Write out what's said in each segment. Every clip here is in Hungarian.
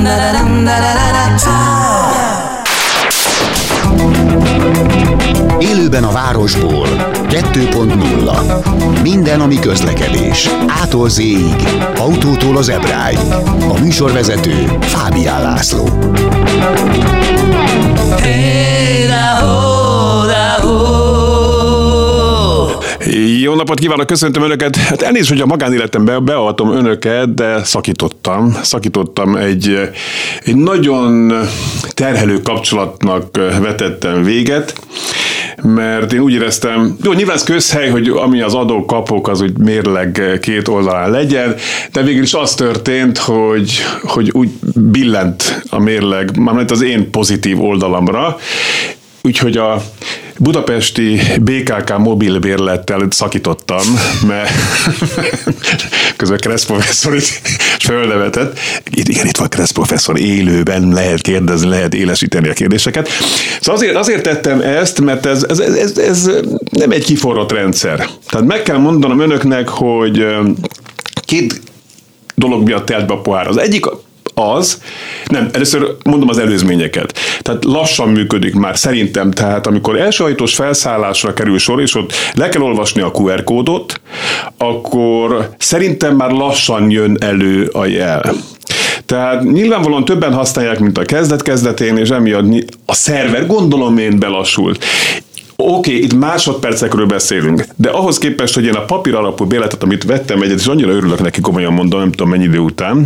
Élőben a városból 2.0. Minden, ami közlekedés. A-tól Z-ig, autótól az ebráig. A műsorvezető Fábián László. Jó napot kívánok, köszöntöm Önöket. Hát elnézést, hogy a magánéletembe beavatom Önöket, de szakítottam egy nagyon terhelő kapcsolatnak vetettem véget, mert én úgy éreztem, jó, nyilván ez közhely, hogy ami az adók-kapok, az úgy mérleg két oldalán legyen, de végül is az történt, hogy úgy billent a mérleg, mármint az én pozitív oldalamra, úgyhogy a budapesti BKK mobilbérlettel szakítottam, mert közben Kressz professzor is fölnevetett. Igen, itt van Kressz professzor, élőben lehet kérdezni, lehet élesíteni a kérdéseket. Szóval azért tettem ezt, mert ez nem egy kiforrott rendszer. Tehát meg kell mondanom Önöknek, hogy két dolog miatt telt be a pohár. Az egyik először mondom az előzményeket. Tehát lassan működik már szerintem, tehát amikor elsőhajtós felszállásra kerül sor, és ott le kell olvasni a QR kódot, akkor szerintem már lassan jön elő a jel. Tehát nyilvánvalóan többen használják, mint a kezdet-kezdetén, és emiatt a szerver, gondolom én, belassult. Oké, itt másodpercekről beszélünk, de ahhoz képest, hogy én a papír alapú bérletet, amit vettem egyet, és annyira örülök neki, komolyan mondom, nem tudom mennyi idő után,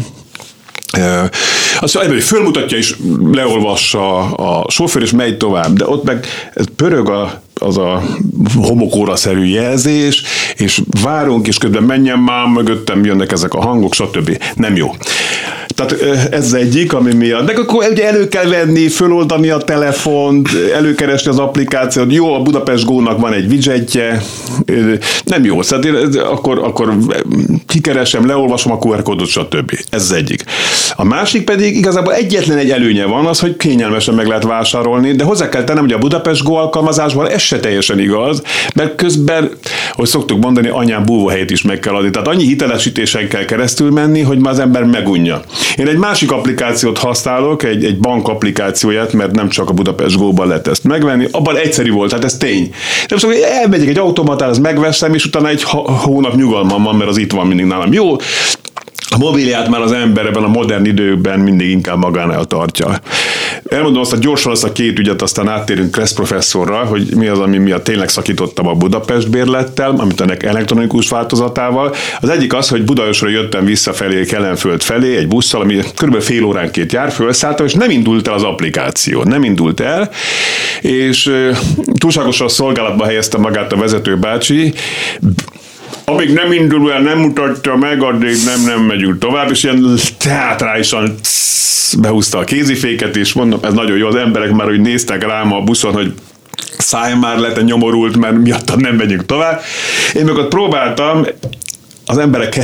azt mondja, hogy fölmutatja és leolvassa a sofőr, és megy tovább, de ott meg pörög az a homokóra-szerű jelzés, és várunk, és közben menjen már, mögöttem jönnek ezek a hangok, stb. Nem jó. Tehát ez egyik, ami miatt. De akkor ugye elő kell venni, föloldani a telefont, előkeresni az applikációt. Jó, a Budapest Go-nak van egy widgetje. Nem jó. Szóval akkor kikeresem, leolvasom a QR kódot, stb. Ez az egyik. A másik pedig igazából egyetlen egy előnye van, az, hogy kényelmesen meg lehet vásárolni, de hozzá kell tennem, hogy a Budapest Go alkalmazásban ez se teljesen igaz, mert közben, hogy szoktuk mondani, anyám búvóhelyét is meg kell adni. Tehát annyi hitelesítésen kell keresztül menni, hogy már az ember megunja. Én egy másik applikációt használok, egy bank applikációját, mert nem csak a Budapest Go-ban lehet ezt megvenni, abban egyszerű volt, tehát ez tény. De most elmegyek egy automatára, azt megveszem, és utána egy hónap nyugalmam van, mert az itt van mindig nálam. Jó, a mobilját már az ember ebben a modern időkben mindig inkább magánál tartja. Elmondom gyorsan azt a két ügyet, aztán áttérünk Kressz professzorra, hogy mi az, ami miatt tényleg szakítottam a Budapest bérlettel, amit ennek elektronikus változatával. Az egyik az, hogy Budaörsről jöttem visszafelé, Kelenföld felé egy busszal, ami kb. Fél óránként jár, felszálltam, és nem indult el az applikáció. Nem indult el, és túlságosan szolgálatba helyezte magát a vezető bácsi. Amíg nem indul el, nem mutatja meg, addig nem megyünk tovább, és ilyen teátrálisan behúzta a kéziféket, és mondom, ez nagyon jó, az emberek már úgy néztek rám a buszon, hogy szállj már le, te nyomorult, mert miattam nem megyünk tovább. Én meg ott próbáltam az emberek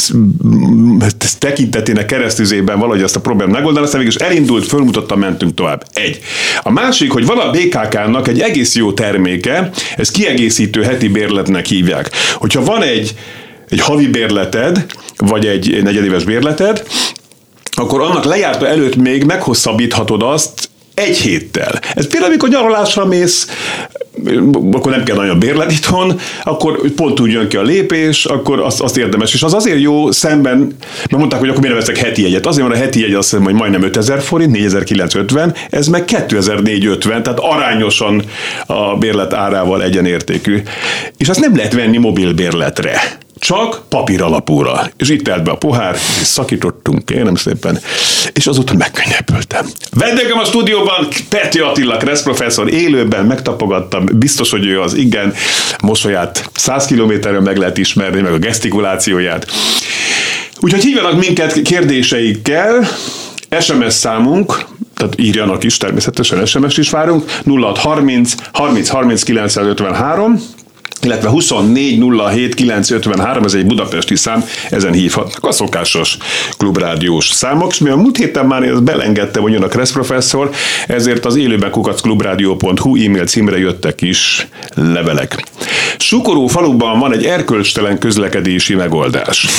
tekintetének keresztüzében valahogy ezt a problémát megoldani, aztán végül is elindult, fölmutatta, mentünk tovább. Egy. A másik, hogy van a BKK-nak egy egész jó terméke, ez kiegészítő heti bérletnek hívják. Hogyha van egy havi bérleted, vagy egy negyedéves bérleted, akkor annak lejárta előtt még meghosszabbíthatod azt egy héttel. Ez például, amikor nyaralásra mész, akkor nem kell nagyon bérlet itthon, akkor pont úgy jön ki a lépés, akkor azt érdemes. És az azért jó szemben, mert mondták, hogy akkor miért veszek heti jegyet. Azért, mert a heti jegy azt hiszem, hogy majdnem 5000 forint, 4950, ez meg 2450, tehát arányosan a bérlet árával egyenértékű. És azt nem lehet venni mobil bérletre. Csak papír alapúra. És itt telt be a pohár, és szakítottunk, kérem szépen, és azután megkönnyebbültem. Vendégem a stúdióban Petty Attila, Kressz professzor, élőben megtapogattam, biztos, hogy ő az, igen, mosolyát 100 kilométerről meg lehet ismerni, meg a gesztikulációját. Úgyhogy hívjanak minket kérdéseikkel, SMS számunk, tehát írjanak is, természetesen SMS-t is várunk, 0630 30 30 953, illetve 24 07 953, ez egy budapesti szám, ezen hívhatnak a szokásos klubrádiós számok, és mivel múlt héten már én ezt belengedtem, hogy jön a Kressz professzor, ezért az élőben@klubrádió.hu e-mail címre jöttek is levelek. Sukoró faluban van egy erkölcstelen közlekedési megoldás.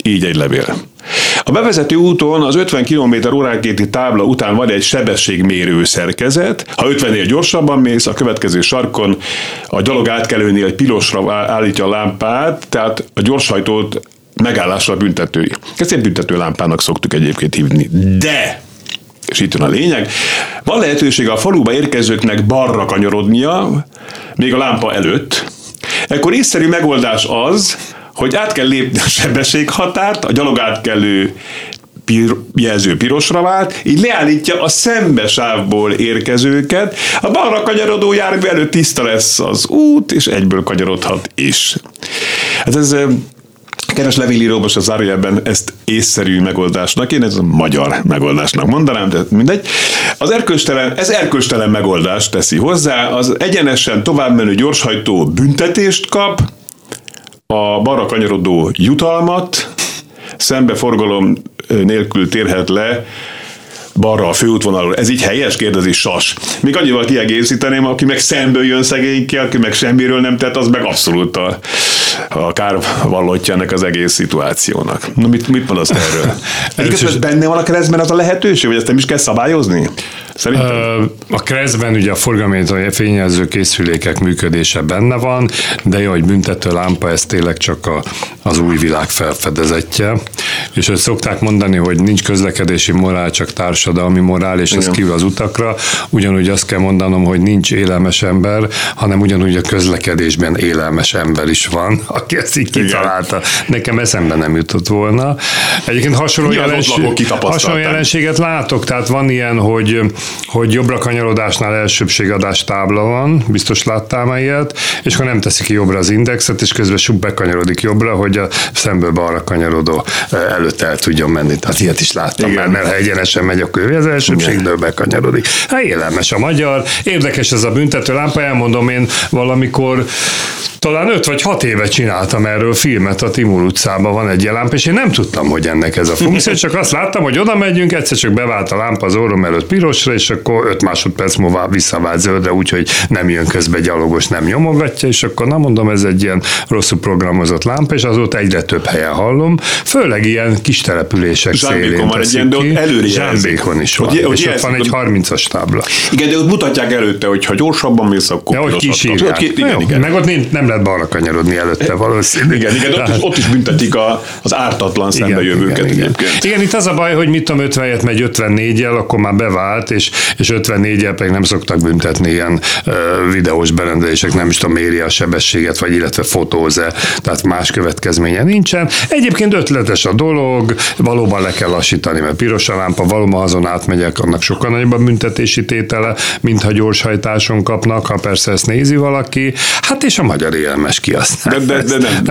így egy levél. A bevezető úton az 50 km/h tábla után van egy sebességmérő szerkezet. Ha 50-nél gyorsabban mész, a következő sarkon a gyalog átkelőnél egy pirosra állítja a lámpát, tehát a gyorshajtót megállásra büntetői. Ezt egy büntető lámpának szoktuk egyébként hívni. De, és itt jön a lényeg, van lehetőség a faluba érkezőknek balra kanyarodnia, még a lámpa előtt. Ekkor észszerű megoldás az, hogy át kell lépni a sebességhatárt, a gyalog átkelő jelző pirosra vált, így leállítja a szembesávból érkezőket, a balra kanyarodó jármű előtt tiszta lesz az út, és egyből kanyarodhat is. Hát ez kedves levélíró, most a zárójelben ezt észszerű megoldásnak, én ez a magyar megoldásnak mondanám, de mindegy. Ez erkölcstelen megoldást teszi hozzá, az egyenesen továbbmenő gyorshajtó büntetést kap, a balra kanyarodó jutalmat, szembeforgalom nélkül térhet le balra a főútvonalról. Ez így helyes? Kérdezi Sas. Még annyival kiegészíteném, aki meg szemből jön szegényke, aki meg semmiről nem tett, az meg abszolút a kárvallottja ennek az egész szituációnak. Na mit mondasz erről? Egyébként benne van a keresztben az a lehetőség, hogy ezt nem is kell szabályozni? Szerintem? A keresztben ugye a forgalmi fényjelző készülékek működése benne van, de jó, hogy büntető lámpa, ez tényleg csak az új világ felfedezetje. És hogy szokták mondani, hogy nincs közlekedési morál, csak társadalmi morál, és ez kívül az utakra. Ugyanúgy azt kell mondanom, hogy nincs élelmes ember, hanem ugyanúgy a közlekedésben élelmes ember is van, aki ezt így kitalálta. Nekem eszembe nem jutott volna. Egyébként hasonló jelenséget látok, tehát van ilyen, hogy jobbra kanyarodásnál elsőbbségadás tábla van, biztos láttál már ilyet, és akkor nem teszi ki jobbra az indexet, és közben bekanyarodik jobbra, hogy a szemből balra kanyarodó előtt el tudjon menni. Tehát ilyet is láttam már, mert ha egyenesen megy, akkor az elsőbbségből bekanyarodik. Hát élelmes a magyar, érdekes ez a büntető lámpa, elmondom, én valamikor talán 5 vagy 6 éve csináltam erről filmet, a Timur utcában van egy lámpa, és én nem tudtam, hogy ennek ez a funkció, csak azt láttam, hogy oda megyünk, egyszer csak bevált a lámpa az orrom előtt pirosra, és akkor 5 másodperc múlva visszavált zöldre, úgyhogy nem jön közbe gyalogos, nem nyomogatja, és akkor nem mondom, ez egy ilyen rosszul programozott lámpa, és azóta egyre több helyen hallom, főleg ilyen kis települések szélén teszik ki. Zsámbékon is van, és ott van egy 30-as tábla. Igen, de ott mutatják előtte, hogy ha gyorsabban mész, akkor hogy kísírják. Igen. Meg ott nem lehet balra kanyarodni előtte valószínűleg. Igen, ott is büntetik az ártatlan szembejövőket egyébként. Igen, itt az a baj, hogy mit tudom, 50-et megy 54-jel, akkor már bevált, és 54-jel pedig nem szoktak büntetni ilyen videós berendezések, nem is tudom, méri a sebességet, vagy illetve fotóz-e, tehát más következménye nincsen. Egyébként ötletes a dolog, valóban le kell lassítani, mert piros a lámpa, valóban azon átmegyek, annak sokkal nagyobb a büntetési tétele, mint ha gyorshajtáson kapnak, ha persze ezt nézi valaki. Hát és a magyar élelmes kihasznál. De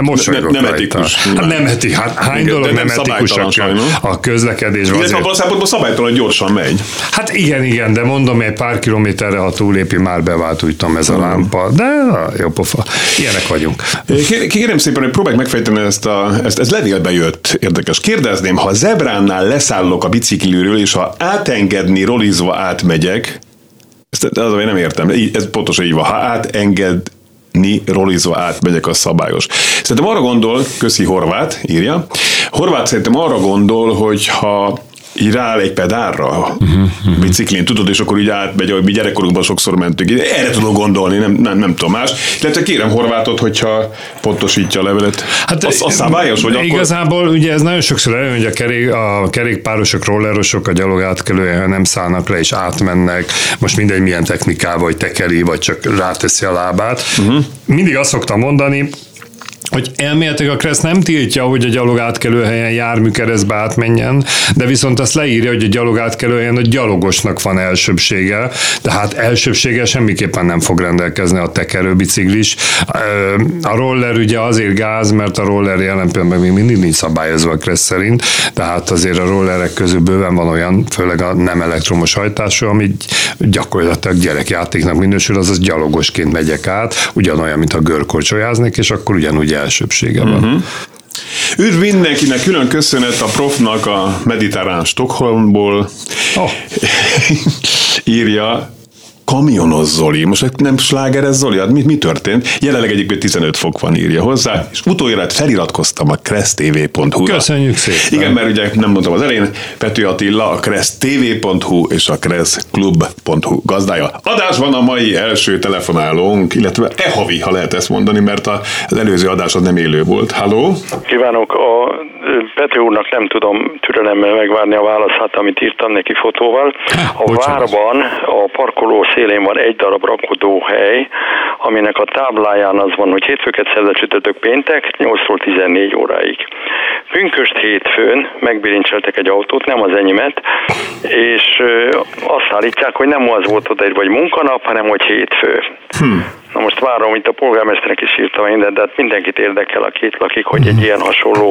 nem etikus. Hát nem etikus. Hát hány dolog nem etikus a közlekedésben. Illetve abban a szempontból szabálytalan gyorsan megy. Hát igen, de mondom, egy pár kilométerre, ha túlépi, már bevált, úgy tudom, ez a lámpa. De jó pofa. Ilyenek vagyunk. Kérem szépen, hogy próbálj megfejteni ez levélbe jött. Érdekes. Kérdezném, ha zebránál leszállok a bicikliről, és ha átengedni rolizva átmegyek, ezt nem értem, ez pontosan így van, ha átengedni rolizva átmegyek, az szabályos. Szerintem arra gondol, köszi Horváth, írja, Horváth szerintem arra gondol, hogy ha így rááll egy pedálra biciklin, tudod, és akkor így átmegy, ahogy mi gyerekkorunkban sokszor mentünk. Erre tudok gondolni, nem tudom más. Illetve kérem Horváthot, hogyha pontosítja a levelet. Hát az szabályos, vagy igazából akkor... ugye ez nagyon sokszor előjön, hogy a kerékpárosok, rollerosok a gyalog átkelően nem szállnak le és átmennek. Most mindegy milyen technikával, vagy tekeri, vagy csak ráteszi a lábát. Mindig azt szoktam mondani, hogy elméletileg a KRESZ nem tiltja, hogy a gyalog átkelő helyen jármű keresztbe átmenjen, de viszont azt leírja, hogy a gyalog átkelő helyen a gyalogosnak van elsőbbsége, tehát elsőbbsége semmiképpen nem fog rendelkezni a tekerő biciklis. A roller ugye azért gáz, mert a roller jelen pillanatban még mindig nincs szabályozva a KRESZ szerint, tehát azért a rollerek közül bőven van olyan, főleg a nem elektromos hajtású, ami gyakorlatilag gyerekjátéknak minősül, azaz gyalogosként megyek át, ugyanolyan, mint a görkorcsolyáznék, és akkor ugyanúgy elsőbbsége van. Üdv mindenkinek, külön köszönet a profnak a mediterrán Stockholmból. Írja kamionos Zoli. Most nem slágeres Zoli? Hát mi történt? Jelenleg egyébként 15 fok van, írja hozzá, és utoljára feliratkoztam a kressztv.hu-ra. Köszönjük szépen. Igen, mert ugye nem mondtam az elején, Pető Attila, a kressztv.hu és a kresszklub.hu gazdája. Adásban a mai első telefonálónk, illetve havi, ha lehet ezt mondani, mert az előző adás az nem élő volt. Halló? Kívánok, a Pető úrnak nem tudom türelemmel megvárni a válaszát, amit írtam neki fotóval. A várban, a parkoló szélén van egy darab rakodóhely, aminek a tábláján az van, hogy hétfőket, szerda, csütörtök, péntek, 8-tól 14 óráig. Pünkösd hétfőn megbilincseltek egy autót, nem az enyémet, és azt állítják, hogy nem az volt oda, vagy munkanap, hanem hogy hétfő. Na most várom, itt a polgármesternek is írtam minden, de hát mindenkit érdekel, aki itt lakik, hogy egy ilyen hasonló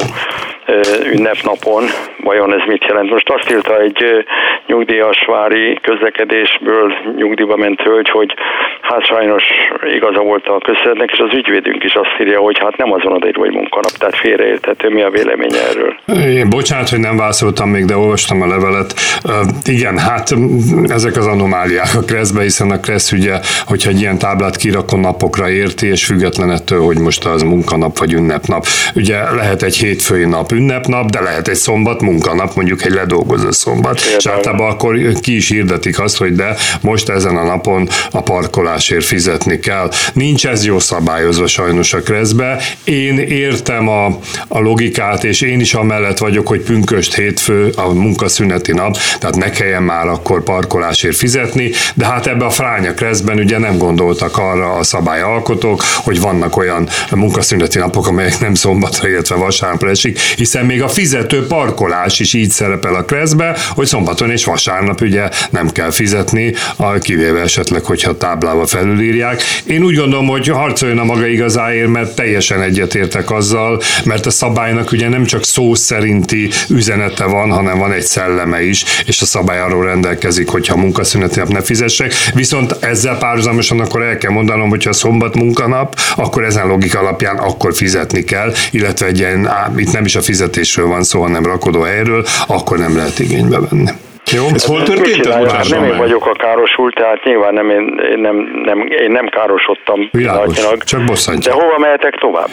ünnepnapon vajon ez mit jelent. Most azt írta egy nyugdíjasvári közlekedésből nyugdíjba ment hölgy, hogy hát sajnos igaza volt a közszeretnek, és az ügyvédünk is azt írja, hogy hát nem azon odaírva, hogy munkanap, tehát félreérthető. Mi a véleménye erről? Bocsánat, hogy nem válaszoltam még, de olvastam a levelet. Igen, hát ezek az anomáliák a Kresszbe, hiszen a Kressz ugye, hogyha egy ilyen táblát kirak, napokra érti, és független ettől, hogy most az munkanap vagy ünnepnap. Ugye lehet egy hétfői nap ünnepnap, de lehet egy szombat munkanap, mondjuk egy ledolgozó szombat. És általában akkor ki is hirdetik azt, hogy de most ezen a napon a parkolásért fizetni kell. Nincs ez jó szabályozva sajnos a Kresszbe. Én értem a logikát, és én is amellett vagyok, hogy pünkösd hétfő a munkaszüneti nap, tehát ne kelljen már akkor parkolásért fizetni, de hát ebbe a fránya Kresszben ugye nem gondoltak arra a szabályalkotók, hogy vannak olyan munkaszüneti napok, amelyek nem szombatra, illetve vasárnapra esik, hiszen még a fizető parkolás is így szerepel a Kresszbe, hogy szombaton és vasárnap ugye nem kell fizetni, kivéve esetleg, hogyha táblával felülírják. Én úgy gondolom, hogy harcoljon a maga igazáért, mert teljesen egyetértek azzal, mert a szabálynak ugye nem csak szó szerinti üzenete van, hanem van egy szelleme is, és a szabály arról rendelkezik, hogyha munkaszüneti nap ne fizessek. Viszont ezzel párhuzamosan akkor el kell mondanom, hogyha szombat munkanap, akkor ezen logika alapján akkor fizetni kell, illetve egy ilyen, itt nem is a fizetésről van szó, hanem rakodóhelyről, akkor nem lehet igénybe venni. Jó? Ez hol történt? Nem én vagyok a károsult, tehát nyilván én nem károsodtam. Világos, csak bosszantja. De hova mehetek tovább?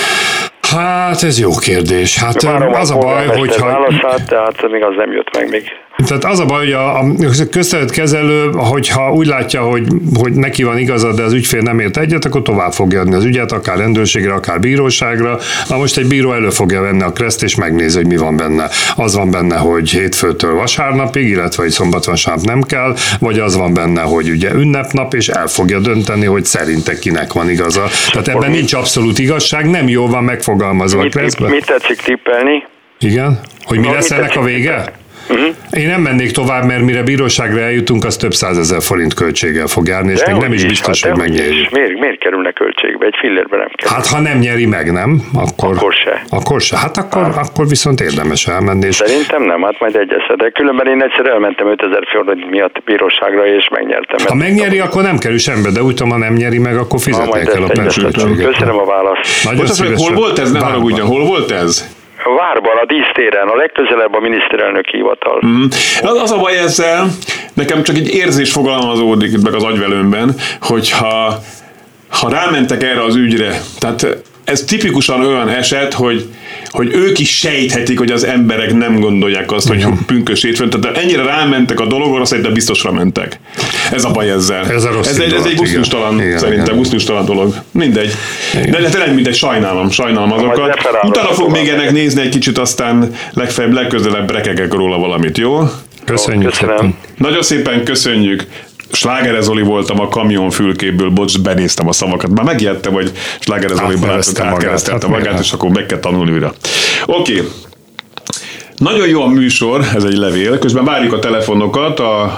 Hát ez jó kérdés. Hát az a baj, hogyha... Válaszát, tehát még az nem jött meg még. Tehát az a baj, hogy a közterületkezelő, hogyha úgy látja, hogy neki van igaza, de az ügyfél nem ért egyet, akkor tovább fogja adni az ügyet, akár rendőrségre, akár bíróságra. Most egy bíró elő fogja venni a Kreszt, és megnézi, hogy mi van benne. Az van benne, hogy hétfőtől vasárnapig, illetve hogy szombat-vasárnap nem kell, vagy az van benne, hogy ugye ünnepnap, és el fogja dönteni, hogy szerinte kinek van igaza. Tehát ebben nincs abszolút igazság, nem jól van megfogalmazva a Kreszben. Mit tetszik tippelni? Igen? Hogy mi lesz ennek a vége? Én nem mennék tovább, mert mire bíróságra eljutunk, az több 100 000 forint költséggel fog járni, és még nem is biztos, hogy megnyeri. Miért kerülne költségbe? Egy fillérbe nem kerül. Hát ha nem nyeri meg, nem? Akkor se. Hát akkor viszont érdemes elmenni. És... Szerintem nem, hát majd egyezhet. De különben én egyszer elmentem 5000 forint miatt bíróságra, és megnyertem. Ha megnyeri, akkor nem kerül semmibe, de úgy tudom, ha nem nyeri meg, akkor fizetni kell a pensőköltséget. Köszönöm a választ. Nagyon szívesen. Hol volt ez? Ne haragudjon, hol volt ez? Várban, a dísztéren, a legközelebb a miniszterelnök hivatal. Az a baj ezzel, nekem csak egy érzés fogalmazódik itt meg az agyvelőmben, hogyha rámentek erre az ügyre, tehát ez tipikusan olyan eset, hogy ők is sejthetik, hogy az emberek nem gondolják azt, hogy pünkös hétfőn, tehát ennyire rámentek a dologra, azt szerintem biztosra mentek. Ez a baj ezzel. Ez egy gusztustalan, szerintem gusztustalan dolog. Mindegy. De tényleg mindegy, sajnálom azokat. Utána fog még ennek nézni egy kicsit, aztán legközelebb rekegek róla valamit, jó? Köszönjük szépen. Nagyon szépen köszönjük. Sláger Zoli voltam a kamionfülkéből, bocs, benéztem a szavakat. Már megijedtem, hogy Sláger Zoli átkeresztelte magát, és akkor meg kell tanulni újra. Oké. Nagyon jó a műsor, ez egy levél. Közben várjuk a telefonokat a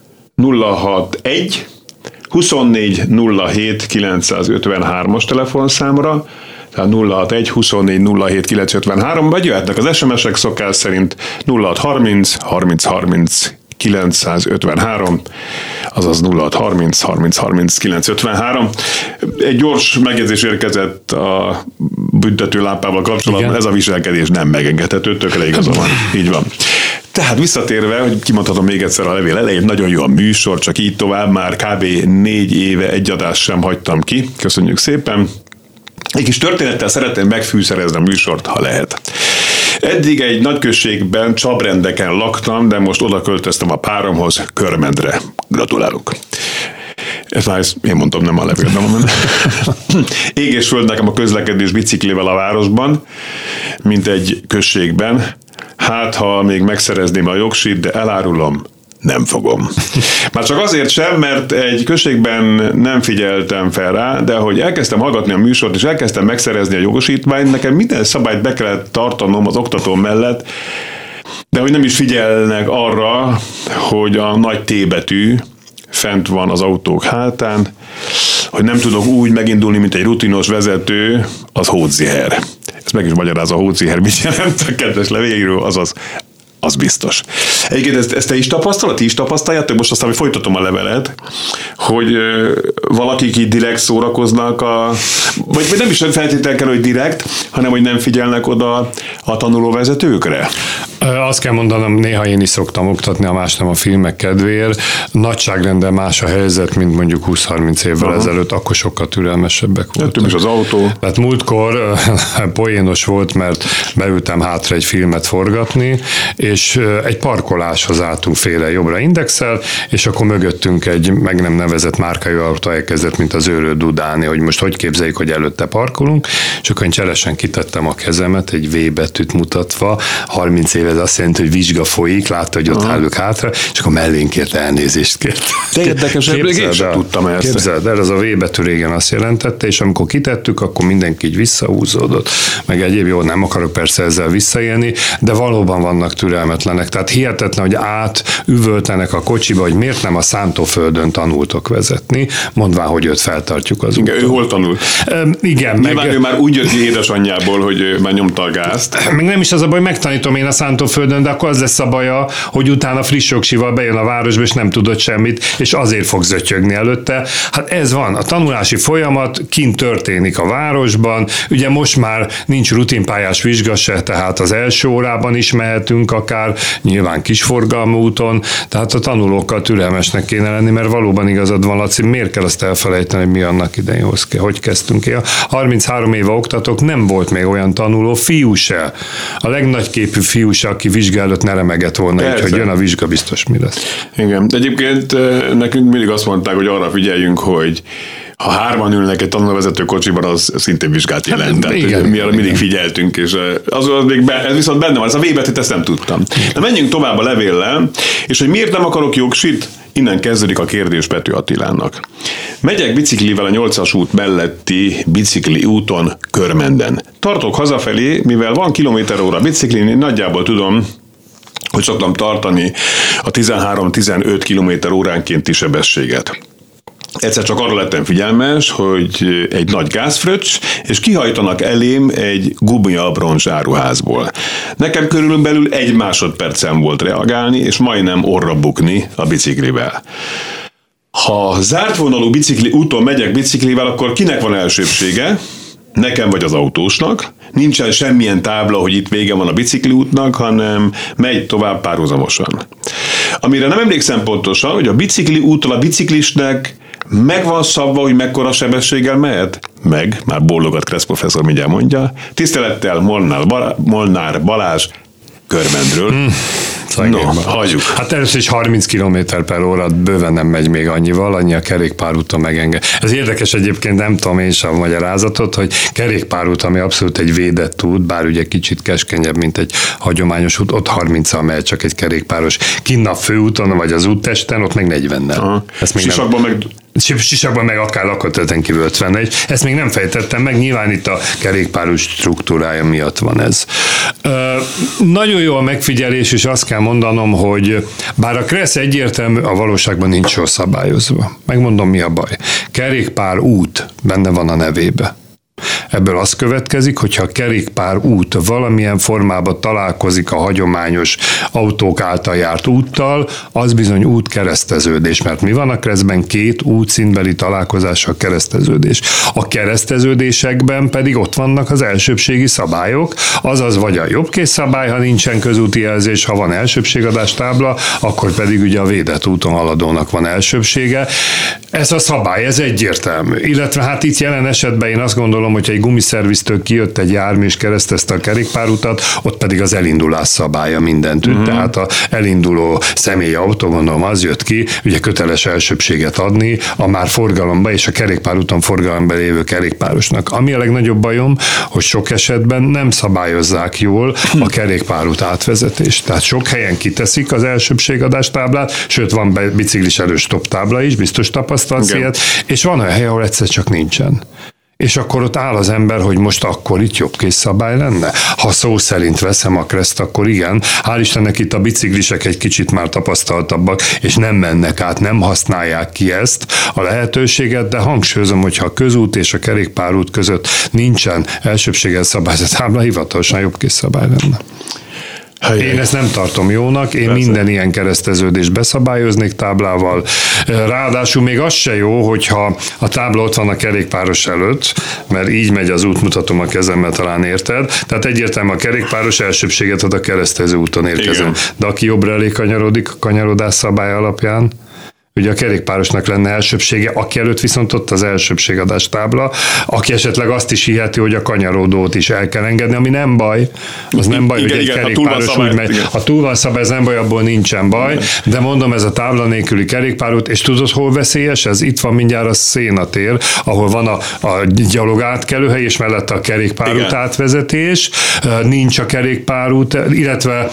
061 24 07 953-as telefonszámra, tehát 061 24 07 953, vagy jöhetnek az SMS-ek szokás szerint 0630 30 30 953, azaz 0630 30 30 953. Egy gyors megjegyzés érkezett a büntetőlámpával kapcsolatban, igen. Ez a viselkedés nem megengedhető, tökre igaza van. Így van. Tehát visszatérve, hogy kimondhatom még egyszer a levél elején, nagyon jó a műsor, csak így tovább, már kb. 4 éve egy adást sem hagytam ki. Köszönjük szépen. Egy kis történettel szeretném megfűszerezni a műsort, ha lehet. Eddig egy nagyközségben Csabrendeken laktam, de most oda költöztem a páromhoz, Körmendre. Gratulálok. Ezt én mondtam, nem a levélben. Ég és föld nekem a közlekedés biciklivel a városban, mint egy községben. Hát, ha még megszerezném a jogsit, de elárulom, nem fogom. Már csak azért sem, mert egy községben nem figyeltem fel rá, de hogy elkezdtem hallgatni a műsort, és elkezdtem megszerezni a jogosítványt, nekem minden szabályt be kellett tartanom az oktató mellett, de hogy nem is figyelnek arra, hogy a nagy T betű fent van az autók hátán, hogy nem tudok úgy megindulni, mint egy rutinos vezető, az hódziher. Ezt meg is magyaráz a hódziher, mit jelent a kedves levélről, azaz az biztos. Egyébként ezt te is tapasztalod? Ti is tapasztaljátok? Most aztán, hogy folytatom a levelet, hogy valakik így direkt szórakoznak, vagy nem is feltétlenül kell, hogy direkt, hanem hogy nem figyelnek oda a tanulóvezetőkre? Azt kell mondanom, néha én is szoktam oktatni, a más nem a filmek kedvéért. Nagyságrendel más a helyzet, mint mondjuk 20-30 évvel ezelőtt, akkor sokkal türelmesebbek voltak. Is az autó. Tehát múltkor poénos volt, mert beültem hátra egy filmet forgatni, és egy parkoláshoz álltunk félre jobbra indexel, és akkor mögöttünk egy meg nem nevezett márkájú autó elkezdett, mint az őrő dudálni, hogy most hogy képzeljük, hogy előtte parkolunk, és akkor én cselesen kitettem a kezemet, egy V betűt mutatva, 30 éve ez azt jelenti, hogy vizsga folyik, látta, hogy ott állok hátra, és akkor mellénkért elnézést kért. De érdekes, én sem tudtam ezt. Képzeld el, ez a V betű régen azt jelentette, és amikor kitettük, akkor mindenki így visszahúzódott. Meg egyéb jó, nem akarok persze ezzel visszaélni, de valóban vannak türelmetlenek. Tehát hihetetlen, hogy átüvöltenek a kocsiba, hogy miért nem a szántóföldön tanultok vezetni, mondván, hogy őt feltartjuk az úton. Ő hol tanult? Igen. Nyilván ő már úgy jött ki édesanyjából, hogy már nyomta a gázt. Még nem is az a baj, megtanítom én a szántóföldön, de akkor az lesz a baja, hogy utána friss jogsival bejön a városba, és nem tudod semmit, és azért fog zötyögni előtte. Hát ez van, a tanulási folyamat kint történik a városban, ugye most már nincs rutinpályás vizsga se, tehát az első órában is mehetünk akár, nyilván kisforgalmú úton, tehát a tanulókkal türelmesnek kéne lenni, mert valóban igazad van, Laci, miért kell azt elfelejteni, hogy mi annak idején hogy kezdtünk el. 33 éve oktatok, nem volt még olyan tanuló, fiú se. A legnagyképű fiú se, aki vizsga előtt ne remegett volna, így, hogy jön a vizsga, biztos mi lesz. Igen, de egyébként nekünk mindig azt mondták, hogy arra figyeljünk, hogy ha hárman ülnek egy tanulóvezető kocsiban, az szintén vizsgát jelent. Tehát igen, mi arra mindig figyeltünk, és az még ez viszont benne van, ez a V-betűt, ezt nem tudtam. De menjünk tovább a levéllel, és hogy miért nem akarok jogsit, innen kezdődik a kérdés Pető Attilának. Megyek biciklivel a 8-as út melletti bicikli úton Körmenden. Tartok hazafelé, mivel van km/h biciklin, nagyjából tudom, hogy szoktam tartani a 13-15 km/h sebességet. Egyszer csak arra lettem figyelmes, hogy egy nagy gázfröccs, és kihajtanak elém egy gumiabroncs áruházból. Nekem körülbelül 1 másodpercem volt reagálni, és majdnem orra bukni a biciklivel. Ha zárt vonalú bicikli úton megyek biciklivel, akkor kinek van elsőbsége? Nekem vagy az autósnak. Nincsen semmilyen tábla, hogy itt vége van a bicikliútnak, hanem megy tovább párhuzamosan. Amire nem emlékszem pontosan, hogy a bicikli úttól a biciklisnek meg van szabva, hogy mekkora sebességgel mehet? Meg, már bólogat Kressz professzor, mindjárt mondja. Tisztelettel Molnár Balázs, Körmendről. No, hagyjuk. Hát először is 30 km/h bőven nem megy még annyival, annyi a kerékpárúton megenged. Ez érdekes egyébként, nem tudom én sem a magyarázatot, hogy kerékpárút, ami abszolút egy védett út, bár ugye kicsit keskenyebb, mint egy hagyományos út, ott 30-al megy csak egy kerékpáros. Kinn a főúton, vagy az úttesten, ott meg 40-nel. Sisakban meg akár lakóterületen kívül 51. Ezt még nem fejtettem meg, nyilván itt a kerékpáros struktúrája miatt van ez. Nagyon jó a megfigyelés, és azt kell mondanom, hogy bár a Kressz egyértelmű, a valóságban nincs jól szabályozva. Megmondom, mi a baj. Kerékpár út benne van a nevébe. Ebből az következik, hogyha a kerékpárút valamilyen formában találkozik a hagyományos autók által járt úttal, az bizony útkereszteződés, mert mi van a keresztben? Két útszínbeli találkozás a kereszteződés. A kereszteződésekben pedig ott vannak az elsőbbségi szabályok, azaz vagy a jobbkész szabály, ha nincsen közúti jelzés, ha van elsőbbségadás tábla, akkor pedig ugye a védett úton haladónak van elsőbbsége. Ez a szabály, ez egyértelmű. Illetve hát itt jelen esetben én azt gondolom, hogyha egy gumiszerviztől kijött egy jármű és keresztezte a kerékpárutat, ott pedig az elindulás szabálya mindent üt. Tehát a elinduló személyautó, gondolom az jött ki, ugye köteles elsőbbséget adni a már forgalomba és a kerékpárúton forgalomban lévő kerékpárosnak. Ami a legnagyobb bajom, hogy sok esetben nem szabályozzák jól a kerékpárút átvezetést. Tehát sok helyen kiteszik az elsőbbségadás táblát, sőt van biciklis elős stop tábla is, biztos tapasztalsz ilyet, és van olyan hely, ahol egyszer csak nincsen. És akkor ott áll az ember, hogy most akkor itt jobbkész szabály lenne? Ha szó szerint veszem a kereszt, akkor igen. Hál' Istennek itt a biciklisek egy kicsit már tapasztaltabbak, és nem mennek át, nem használják ki ezt a lehetőséget, de hangsúlyozom, hogyha a közút és a kerékpárút között nincsen elsőbbséggel szabályzat tábla, hivatalosan jobbkész szabály lenne. Én ezt nem tartom jónak, én minden ilyen kereszteződést beszabályoznék táblával. Ráadásul még az se jó, hogyha a tábla ott van a kerékpáros előtt, mert így megy az útmutatom a kezemmel, talán érted. Tehát egyértelműen a kerékpáros elsőbbséget ad a keresztező úton érkezem. De aki jobbra elé kanyarodik a kanyarodás szabály alapján, ugye a kerékpárosnak lenne elsőbbsége, aki előtt viszont ott az elsőbbségadás tábla, aki esetleg azt is hiheti, hogy a kanyarodót is el kell engedni, ami nem baj. Az nem baj, hogy egy kerékpáros úgy megy. Ha túl van szabály, ez nem baj, abból nincsen baj, de mondom, ez a tábla nélküli kerékpárút, és tudod, hol veszélyes? Ez itt van mindjárt a Szénatér, ahol van a gyalog átkelőhely, és mellette a kerékpárút átvezetés, nincs a kerékpárút, illetve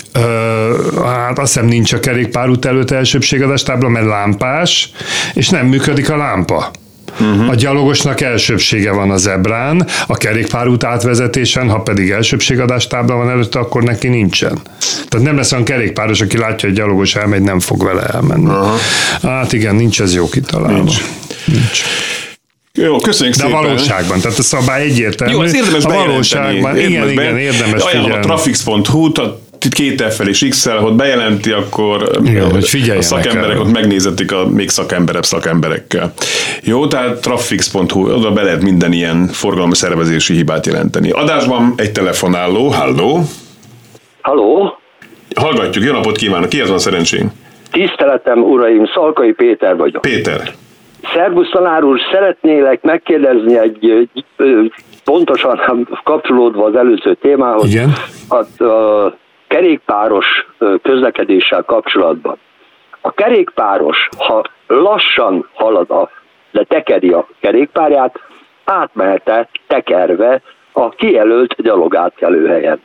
hát azt hiszem nincs a kerékpárút előtt elsőbbségadás tábla, mert lámpás, és nem működik a lámpa. A gyalogosnak elsőbbsége van a zebrán, a kerékpárút átvezetésen, ha pedig elsőbbségadás tábla van előtte, akkor neki nincsen. Tehát nem lesz olyan kerékpáros, aki látja, hogy gyalogos elmegy, nem fog vele elmenni. Hát igen, nincs ez jó kitalálva. Nincs. Jó, köszönjük szépen. De a valóságban, tehát a szabály egyértelmű. Jó, ez érdemes a valóságban, igen, érdemes figyelni. A Trafix.hu, 2F-fel és X-el, hogy bejelenti, akkor igen, hogy a szakemberek ott megnézetik a még szakemberekkel. Jó, tehát Trafix.hu, oda be lehet minden ilyen forgalmi szervezési hibát jelenteni. Adásban egy telefonáló, halló. Halló. Hallgatjuk, jó napot kívánok, kihez van szerencsém? Tiszteletem, uraim, Szalkai Péter vagyok. Péter. Szerbusz tanár úr, szeretnélek megkérdezni egy pontosan kapcsolódva az előző témához. Igen. A kerékpáros közlekedéssel kapcsolatban. A kerékpáros, ha lassan halad, de tekeri a kerékpárját, átmehet tekerve a kijelölt gyalogátkelőhelyen.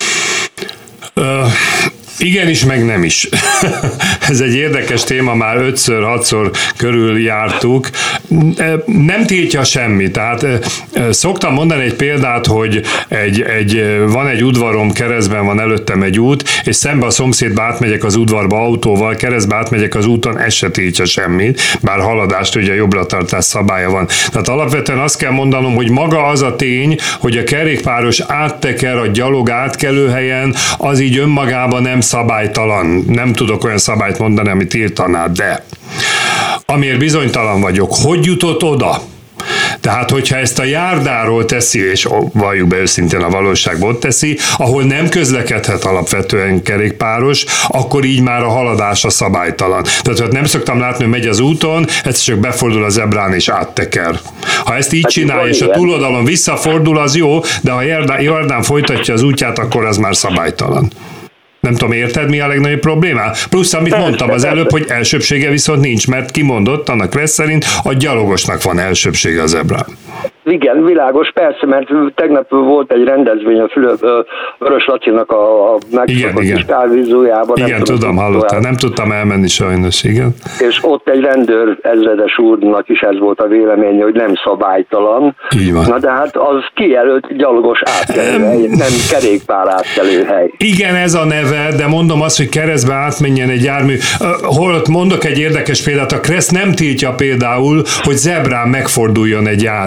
Igenis, meg nem is. Ez egy érdekes téma, már 5-6-szor körül jártuk. Nem tiltja semmi. Tehát szoktam mondani egy példát, hogy van egy udvarom, keresztben van előttem egy út, és szembe a szomszédba átmegyek az udvarba autóval, keresztbe átmegyek az úton, ez se tiltja semmit, bár haladást, ugye jobbra-tartás szabálya van. Tehát alapvetően azt kell mondanom, hogy maga az a tény, hogy a kerékpáros átteker a gyalog átkelőhelyen, az így önmagában nem szabálytalan. Nem tudok olyan szabályt mondani, amit tiltaná, de amiért bizonytalan vagyok, hogy jutott oda? Tehát, hogyha ezt a járdáról teszi, és valljuk be őszintén a valóságban ott teszi, ahol nem közlekedhet alapvetően kerékpáros, akkor így már a haladás a szabálytalan. Tehát nem szoktam látni, hogy megy az úton, egyszer csak befordul a zebrán és átteker. Ha ezt így csinálja, és a túloldalon visszafordul, az jó, de ha Jordán folytatja az útját, akkor az már szabálytalan. Nem tudom, érted, mi a legnagyobb probléma? Plusz, amit mondtam az előbb, hogy elsőbbsége viszont nincs, mert kimondottan a Kressz szerint a gyalogosnak van elsőbbsége a zebrán. Igen, világos, persze, mert tegnap volt egy rendezvény a Vörös Lacinak a megszokott kis kávézójában. Igen, tudom, hallottam, nem tudtam elmenni sajnos, igen. És ott egy rendőr ezredes úrnak is ez volt a véleménye, hogy nem szabálytalan. Így van. Na de hát az kijelölt gyalogos átkelőhely, nem kerékpár átkelőhely. Igen, ez a neve, de mondom azt, hogy keresztbe átmenjen egy jármű. Holott mondok egy érdekes példát, a Kressz nem tiltja például, hogy zebrán megforduljon egy jármű.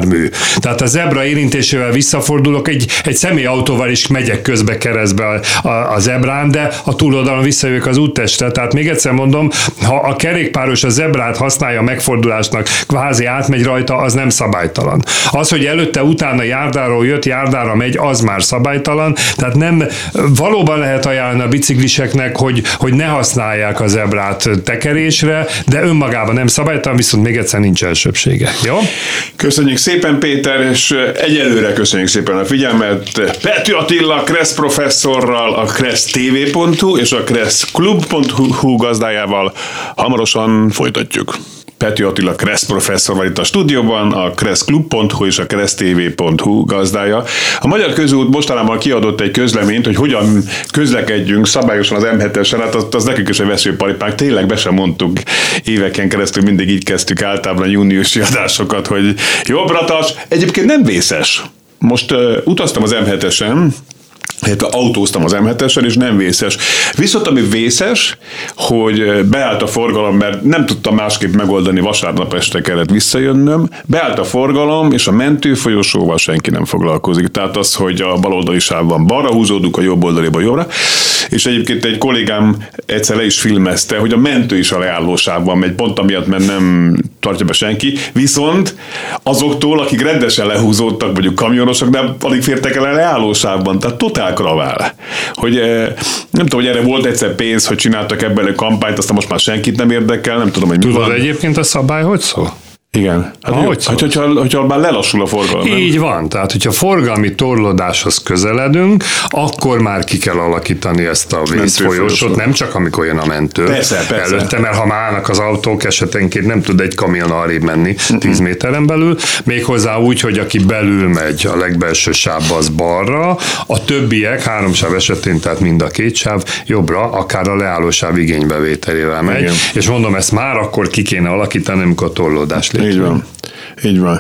Tehát a zebra érintésével visszafordulok, egy személyautóval is megyek közbe keresztbe a zebrán, de a túloldalon visszajövök az úttestre. Tehát még egyszer mondom, ha a kerékpáros a zebrát használja a megfordulásnak, kvázi átmegy rajta, az nem szabálytalan. Az, hogy előtte, utána járdáról jött, járdára megy, az már szabálytalan. Tehát nem, valóban lehet ajánlani a bicikliseknek, hogy ne használják a zebrát tekerésre, de önmagában nem szabálytalan, viszont még egyszer nincs elsőbbsége. Jó? Köszönjük szépen, Péter, és egyelőre köszönjük szépen a figyelmet. Pető Attila Kressz professzorral, a kressztv.hu és a kresszklub.hu gazdájával hamarosan folytatjuk. Pető Attila Kressz professzor van itt a stúdióban, a kresszklub.hu és a kressztv.hu gazdája. A Magyar Közút mostanában kiadott egy közleményt, hogy hogyan közlekedjünk szabályosan az M7-esen, hát az nekünk is egy veszőparipánk, tényleg be sem mondtuk éveken keresztül, mindig így kezdtük általában a júniusi adásokat, hogy jobbra-tas, egyébként nem vészes. Most utaztam az M7-esen, autóztam az M7-esen, és nem vészes. Viszont ami vészes, hogy beállt a forgalom, mert nem tudtam másképp megoldani, vasárnap este kellett visszajönnöm, beállt a forgalom, és a mentőfolyosóval senki nem foglalkozik. Tehát az, hogy a baloldali sávban balra húzódunk, a jobb oldaliba jobbra, és egyébként egy kollégám egyszer le is filmezte, hogy a mentő is a leálló sávban megy, pont amiatt, mert nem tartja be senki, viszont azoktól, akik rendesen lehúzódtak, mondjuk kamionosok, nem alig fértek el a leálló sávban, tehát totál kravál. Hogy nem tudom, hogy erre volt egyszer pénz, hogy csináltak ebből egy kampányt, aztán most már senkit nem érdekel, nem tudom, hogy mi van. Tudod egyébként a szabály hogy szól? Igen. Hogyha már lelassul a forgalom. Így van. Tehát, hogyha forgalmi torlódáshoz közeledünk, akkor már ki kell alakítani ezt a vészfolyósot, nem csak amikor jön a mentő. Persze. Előtte, mert ha már állnak az autók, esetenként nem tud egy kamion arrébb menni 10 méteren belül, méghozzá úgy, hogy aki belül megy a legbelső sávba, az balra, a többiek 3 sáv esetén, tehát mind a 2 sáv jobbra, akár a leállósáv igénybevételével megy. Igen. És mondom, ezt már akkor ki kéne alakítani, amikor a torlódás lép. Így van.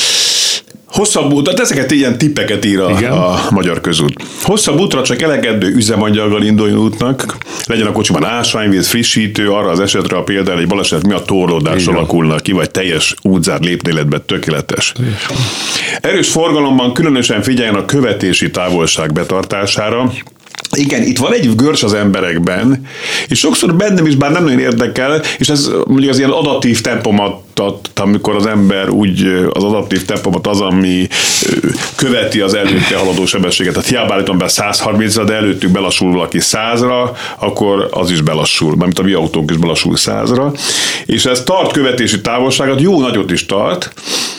Hosszabb út, ezeket ilyen tippeket ír a Magyar Közút. Hosszabb útra csak elegendő üzemanyaggal induljon útnak, legyen a kocsiban ásványvíz, frissítő, arra az esetre a például egy baleset miatt torlódás alakulna ki, vagy teljes útzár lépnéletbe tökéletes. Erős forgalomban különösen figyeljen a követési távolság betartására. Igen, itt van egy görcs az emberekben, és sokszor bennem is, bár nem nagyon érdekel, és ez mondjuk az ilyen adaptív tempomatot, amikor az ember úgy, az adaptív tempomat az, ami követi az előtte haladó sebességet. Tehát hiába állítom be 130-ra, de előttük belassul valaki 100-ra, akkor az is belassul, mert a mi autónk is belassul 100-ra. És ez tart követési távolságot, jó nagyot is tart,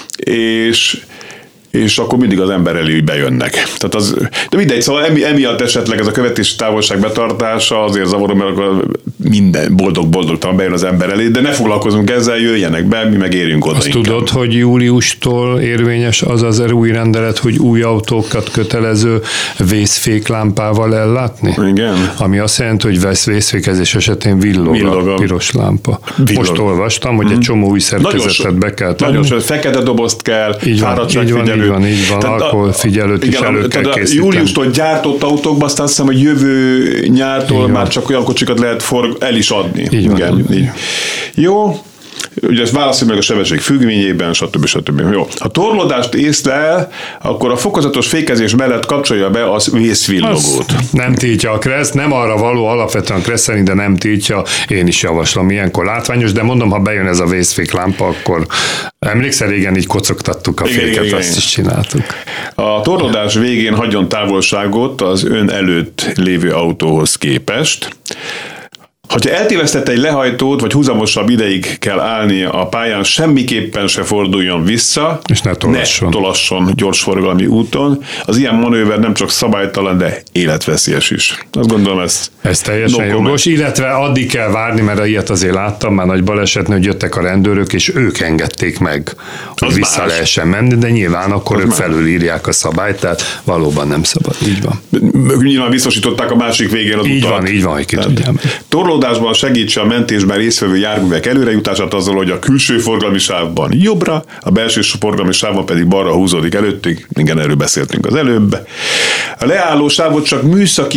és akkor mindig az ember elé bejönnek. Tehát de mindegy, szóval emiatt esetleg ez a követési távolság betartása azért zavarom, mert akkor minden boldog-boldogtalan bejön az ember elé, de ne foglalkozunk ezzel, jöjjenek be, mi meg érjünk oda. Azt tudod, hogy júliustól érvényes az új rendelet, hogy új autókat kötelező vészféklámpával ellátni? Igen. Ami azt jelenti, hogy vészfékezés esetén villog a piros lámpa. Most olvastam, hogy egy csomó új szerkezetet be kell tenni. Nagyon fekete dobozt kell, fáradtságfigyelő. Így van, alkoholfigyelőt is elő kell készíteni. Júliustól gyártott autókban, aztán azt hiszem, hogy jövő nyártól már csak olyan kocsikat lehet el is adni. Így. Jó. Ugye ezt válaszolja meg a sebesség függvényében, stb. Jó. Ha torlódást észlel, akkor a fokozatos fékezés mellett kapcsolja be az vészvillogót. Nem tiltja a Kressz, nem arra való alapvetően Kressz szerint, de nem tiltja. Én is javaslom, ilyenkor látványos, de mondom, ha bejön ez a vészféklámpa, akkor emlékszel, régen így kocogtattuk a féket, azt is csináltuk. A torlódás végén hagyjon távolságot az ön előtt lévő autóhoz képest. Ha eltévesztett egy lehajtót, vagy húzamosabb ideig kell állni a pályán, semmiképpen se forduljon vissza, és ne tolasson gyorsforgalmi úton. Az ilyen manőver nem csak szabálytalan, de életveszélyes is. Azt gondolom, ez teljesen jogos, illetve addig kell várni, mert ilyet azért láttam már nagy balesetnél, hogy jöttek a rendőrök, és ők engedték meg, hogy az vissza lehessen menni, de nyilván akkor ők felülírják a szabályt, tehát valóban nem szabad. Így van. Nyilván biztosították a másik végén az utat. Így van, hogy ki tudják. haladásban segítse a mentésben résztvevő járművek előrejutását azzal, hogy a külső forgalmi sávban jobbra, a belső forgalmi sávban pedig balra húzódik előttük, igen, erről beszéltünk az előbb. A leálló sávot csak műszaki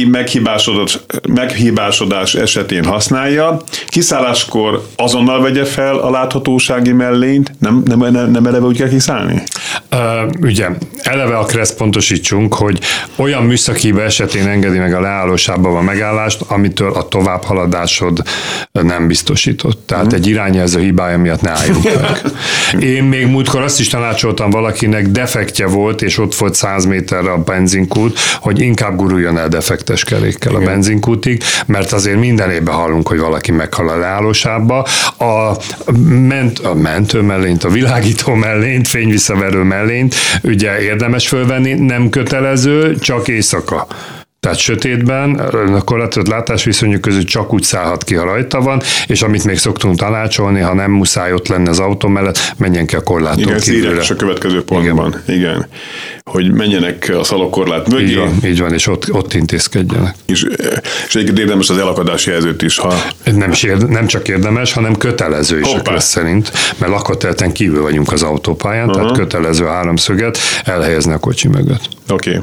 meghibásodás esetén használja, kiszálláskor azonnal vegye fel a láthatósági mellényt, nem eleve úgy kell kiszállni? Ugye, eleve akkor ezt pontosítsunk, hogy olyan műszaki hiba esetén engedi meg a leállósávban a megállást, amitől a továbbhaladásod nem biztosított. Tehát egy irányjelző hibája miatt ne álljunk meg. Én még múltkor azt is tanácsoltam valakinek, defektje volt, és ott volt 100 méterre a benzinkút, hogy inkább guruljon el defektes kerékkel a benzinkútig, mert azért minden évben hallunk, hogy valaki meghal a leállósávba. A mentő mellényt, a világító mellényt, fényvisszaverő mellényt ugye érdemes fölvenni, nem kötelező, csak éjszaka. Tehát sötétben, a korlátozott látásviszonyok között csak úgy szállhat ki, ha rajta van, és amit még szoktunk tanácsolni, ha nem muszáj ott lenne az autó mellett, menjen ki a korláton kívülre. Igen, a következő pontban. Igen. Hogy menjenek a szalagkorlát mögé. Így van, és ott intézkedjenek. És egyébként érdemes az elakadási jelzőt is, ha... Nem csak érdemes, hanem kötelező is a köz szerint, mert lakóterületen kívül vagyunk az autópályán, tehát kötelező háromszöget elhelyezni a kocsi mögött. Oké.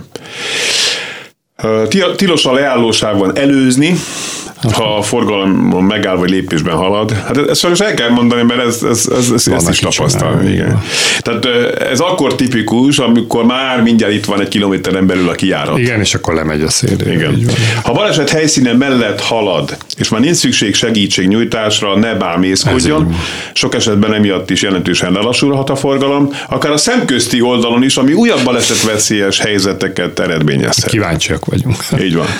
Tilos a leállósávon előzni, ha a forgalom megáll vagy lépésben halad. Hát ezt sajnos el kell mondani, mert ezt is tapasztalni. Igen. Tehát ez akkor tipikus, amikor már mindjárt itt van egy kilométeren belül a kijárat. Igen, és akkor lemegy a szélre. Igen. Ha baleset helyszíne mellett halad, és már nincs szükség segítségnyújtásra, ne bámészkodjon. Sok esetben emiatt is jelentősen lelassulhat a forgalom, akár a szemközti oldalon is, ami újabb balesetveszélyes helyzeteket eredményezhet. Kíváncsiak vagyunk. Így van.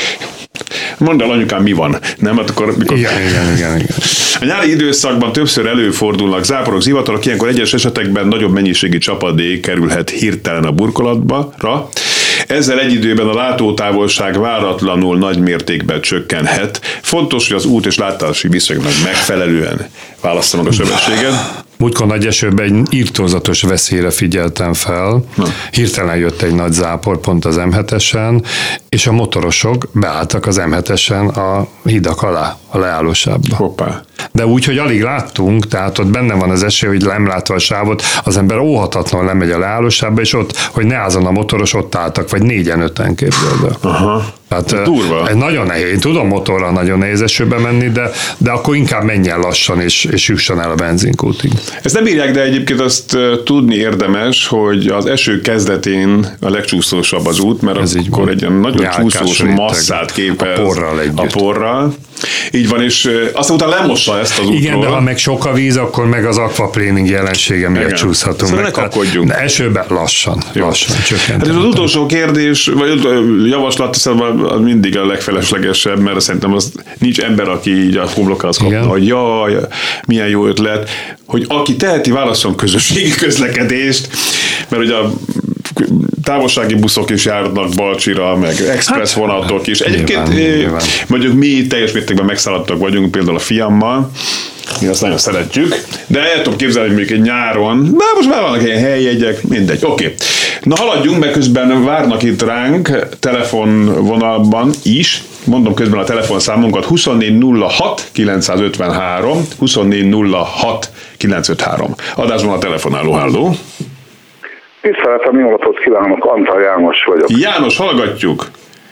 Mondd el, anyukám, mi van? Nem? Hát akkor, mikor... Igen. A nyári időszakban többször előfordulnak záporok, zivatarok, ilyenkor egyes esetekben nagyobb mennyiségű csapadék kerülhet hirtelen a burkolatba. Ezzel egy időben a látótávolság váratlanul nagy mértékben csökkenhet. Fontos, hogy az út és látási viszonyoknak megfelelően válassza meg a sebességet. Múltkor nagy esőben egy irtózatos veszélyre figyeltem fel. Hirtelen jött egy nagy zápor pont az M7-esen, és a motorosok beálltak az M7-esen a hidak alá, a leállósávba. Hoppá. De úgy, hogy alig láttunk, tehát ott benne van az esély, hogy nem látva a sávot, az ember óhatatlanul lemegy a leállósávba, és ott, hogy ne ázzon a motoros, ott álltak, vagy 4-5-en képzeld el. Aha. Tehát durva. Nagyon nehéz. Én tudom motorral nagyon nehéz esőbe menni, de akkor inkább menjen lassan, és jusson el a benzinkútig. Ezt nem írják, de egyébként azt tudni érdemes, hogy az eső kezdetén a legcsúszósabb az út, mert akkor egy ilyen nagyon csúszós masszát képez a porral. Így van, és aztán utána lemossa ezt az útról. Igen, de ha meg sok a víz, akkor meg az aquaplaning jelensége miatt csúszhatunk. Szóval ne kapkodjunk. De esőben lassan csökkent. Hát ez az utolsó kérdés, vagy javaslat, az mindig a legfeleslegesebb, mert szerintem az nincs ember, aki így a homlokához kapna, hogy jaj, milyen jó ötlet, hogy aki teheti, válasszon közösségi közlekedést, mert ugye a távolsági buszok is járnak Balcsira, meg express vonatok is. Egyébként mondjuk mi teljes mértékben megszaladtak vagyunk, például a fiammal, mi azt nagyon szeretjük, de el tudom képzelni, hogy mondjuk egy nyáron, de most már vannak ilyen helyjegyek, mindegy, oké. Na haladjunk, mert közben várnak itt ránk telefonvonalban is, mondom közben a telefonszámunkat 2406 953, 2406 953. Adásban a telefonáló, halló. Tiszteletem, jó napot kívánok, Antal János vagyok. János, hallgatjuk.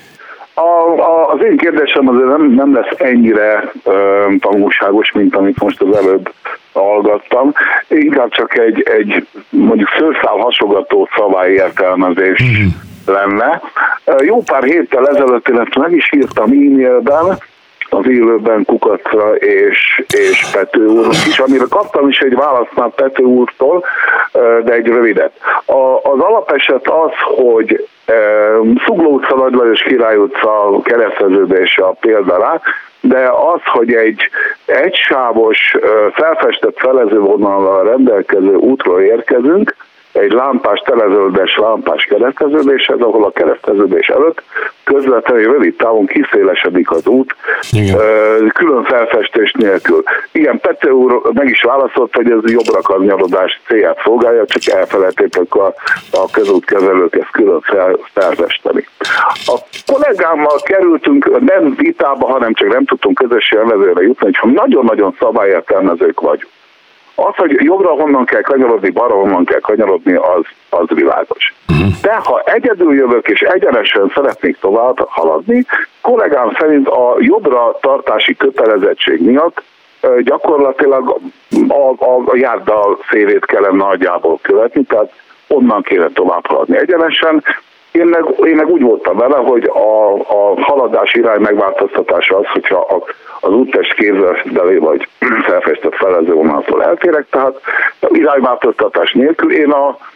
Az én kérdésem azért nem lesz ennyire tanulságos, mint amit most az előbb hallgattam. Inkább csak egy mondjuk szőrszál hasogató szabályértelmezés lenne. Jó pár héttel ezelőtt én ezt meg is írtam e-mailben, az élőben Kukacra és Pető úr is, amire kaptam is egy választ már Pető úrtól, de egy rövidet. Az alapeset az, hogy Zugló utca, Nagy Lajos Király utca kereszteződése a példa rá, de az, hogy egy egysávos, felfestett felezővonallal rendelkező útról érkezünk, egy lámpás, telezöldes lámpás kereszteződéshez, ahol a kereszteződés előtt közvetlenül rövid távon kiszélesedik az út, külön felfestés nélkül. Igen, Pető úr meg is válaszolt, hogy ez jobbra kanyarodás célját szolgálja, csak elfelejtették a közútkezelők ezt külön felfesteni. A kollégámmal kerültünk nem vitába, hanem csak nem tudtunk közös jelvezőre jutni, hogyha nagyon-nagyon szabályértelmezők vagyunk. Az, hogy jobbra honnan kell kanyarodni, balra honnan kell kanyarodni, az világos. De ha egyedül jövök és egyenesen szeretnék tovább haladni, kollégám szerint a jobbra tartási kötelezettség miatt gyakorlatilag a járda szélét kellene nagyjából követni, tehát onnan kéne tovább haladni egyenesen. Én meg úgy voltam vele, hogy a haladás irány megváltoztatása az, hogyha az úttest képzelé vagy felfestett felezővonaltól eltérek, tehát irányváltoztatás nélkül én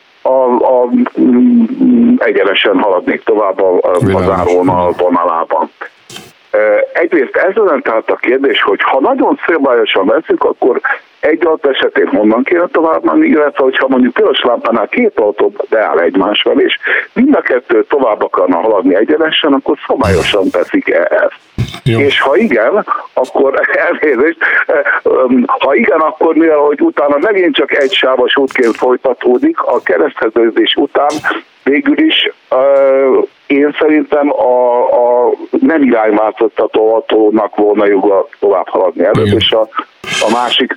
egyenesen haladnék tovább a záróvonal vonalában. Egyrészt ez lenne tehát a kérdés, hogy ha nagyon szabályosan veszünk, akkor egy autó esetén honnan kéne tovább menni, illetve hogyha mondjuk piros lámpánál két autó beáll egymásval, és mind a kettő tovább akarna haladni egyenesen, akkor szabályosan teszik-e ezt? Jó. És ha igen, akkor elnézést, ha igen, akkor mivel, hogy utána megint csak egy sávos útként folytatódik, a kereszteződés után végül is én szerintem a nem irányváltoztató autónak volna joga tovább haladni előtt, és a másik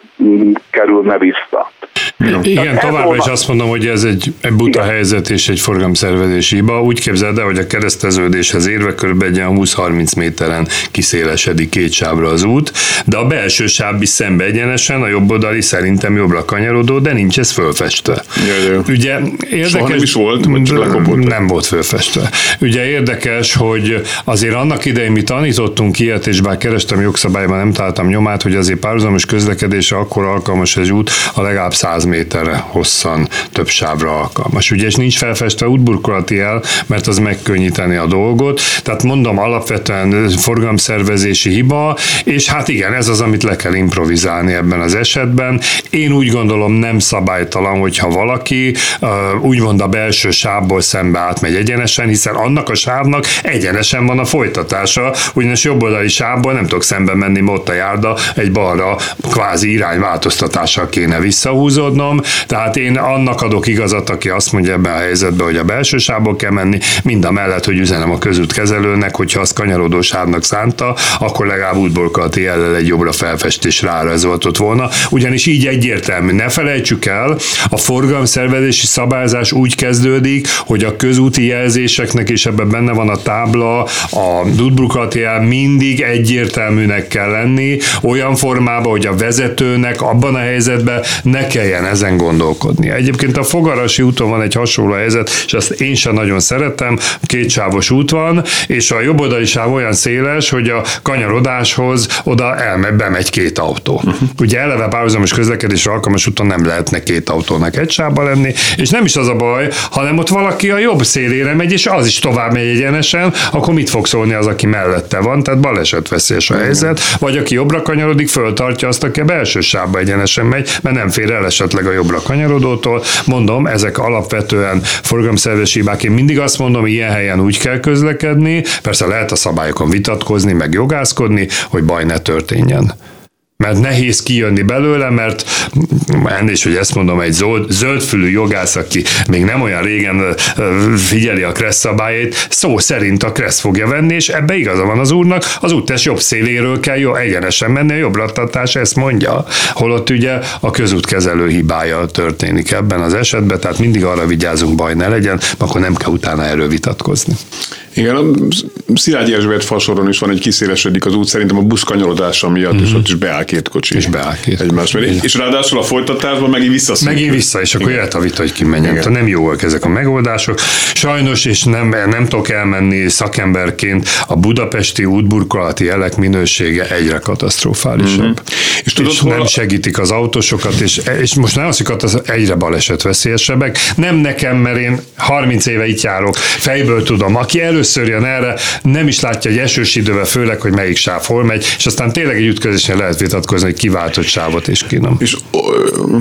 kerülne vissza. Igen, továbbra is azt mondom, hogy ez egy buta helyzet és egy forgalomszervezési hiba. Úgy képzeld el, hogy a kereszteződéshez érve kb. Egy 20-30 méteren kiszélesedik két sávra az út, de a belső sáv is szembe egyenesen, a jobb oldali szerintem jobbra kanyarodó, de nincs ez fölfestve. Ugye érdekes, soha nem is volt, nem volt fölfestve. Ugye érdekes, hogy azért annak idején mi tanítottunk ilyet, és bár kerestem jogszabályban, nem találtam nyomát, hogy azért párhuzamos közlekedésre akkor alkalmas egy út, a legalább 100 méterre hosszan több sávra alkalmas. Ugye, és nincs felfestve útburkolati jel, mert az megkönnyíteni a dolgot. Tehát mondom, alapvetően forgalomszervezési hiba, és hát igen, ez az, amit le kell improvizálni ebben az esetben. Én úgy gondolom, nem szabálytalan, hogyha valaki úgymond a belső sávból szembe átmegy egyenesen, hiszen annak a sávnak egyenesen van a folytatása, ugyanis jobboldali sávból nem tudok szembe menni, mert ott a járda egy balra kvázi irányváltoztatással kéne visszahúzódnom, tehát én annak adok igazat, aki azt mondja ebben a helyzetben, hogy a belső sávból kell menni, mind a mellett, hogy üzenem a közútkezelőnek, hogyha azt kanyarodó sávnak szánta, akkor legalább útburkolati jellel egy jobbra felfestés rárajzoltott volna, ugyanis így egyértelmű. Ne felejtsük el, a forgalomszervezési szabályozás úgy kezdődik, hogy a közúti jelzéseknek, és ebben benne van a tábla, a útburkolati jel mindig egyértelműnek kell lenni, olyan formában, hogy a vezetőnek abban a helyzetben ne kelljen ezen gondolkodni. Egyébként a Fogarasi úton van egy hasonló helyzet, és azt én sem nagyon szeretem, kétsávos út van, és a jobboldali sáv olyan széles, hogy a kanyarodáshoz oda bemegy két autó. Ugye eleve párhuzamos közlekedésre alkalmas úton nem lehetne két autónak egy sávba lenni, és nem is az a baj, hanem ott valaki a jobb szélére megy, és az is tovább megy egyenesen, akkor mit fog szólni az, aki mellette van, tehát balesetveszélyes a helyzet, vagy aki jobbra kanyarodik, föltartja azt, aki a belső sávba egyenesen megy, mert nem fér el esetleg a jobbra kanyarodótól. Mondom, ezek alapvetően forgalomszervezési hibák. Én mindig azt mondom, ilyen helyen úgy kell közlekedni, persze lehet a szabályokon vitatkozni, meg jogászkodni, hogy baj ne történjen. Mert nehéz kijönni belőle, mert ennél, hogy ezt mondom, egy zöldfülű jogász, aki még nem olyan régen figyeli a KRESZ szabályait, szó szerint a KRESZ fogja venni, és ebbe igaza van az úrnak, az úttest jobb széléről kell egyenesen menni, a jobbrattatás ezt mondja, holott ugye a közútkezelő hibája történik ebben az esetben, tehát mindig arra vigyázunk, baj ne legyen, akkor nem kell utána erről vitatkozni. Igen, a Szilágyi Erzsébet fasoron is van egy kiszélesedik az út, szerintem a busz kanyarodása miatt, és ott is beáll két kocsi. És beáll két egymás mellé. És ráadásul a folytatásban megint visszaszól. Megint vissza, és akkor jöhet a vita, hogy ki menjen. Nem jóak ezek a megoldások. Sajnos, és nem tudok elmenni szakemberként, a budapesti útburkolati jelek minősége egyre katasztrofálisabb. És tudod, és nem segítik az autósokat, és most nem azt, hogy egyre balesetveszélyesebbek. Nem nekem, mert én 30 éve itt járok, fejből tudom. Aki először jön erre, nem is látja egy esős idővel, főleg, hogy melyik sáv hol megy, és aztán tényleg egy ütközésnél lehet vitatkozni, hogy kiváltott sávot és ki nem. És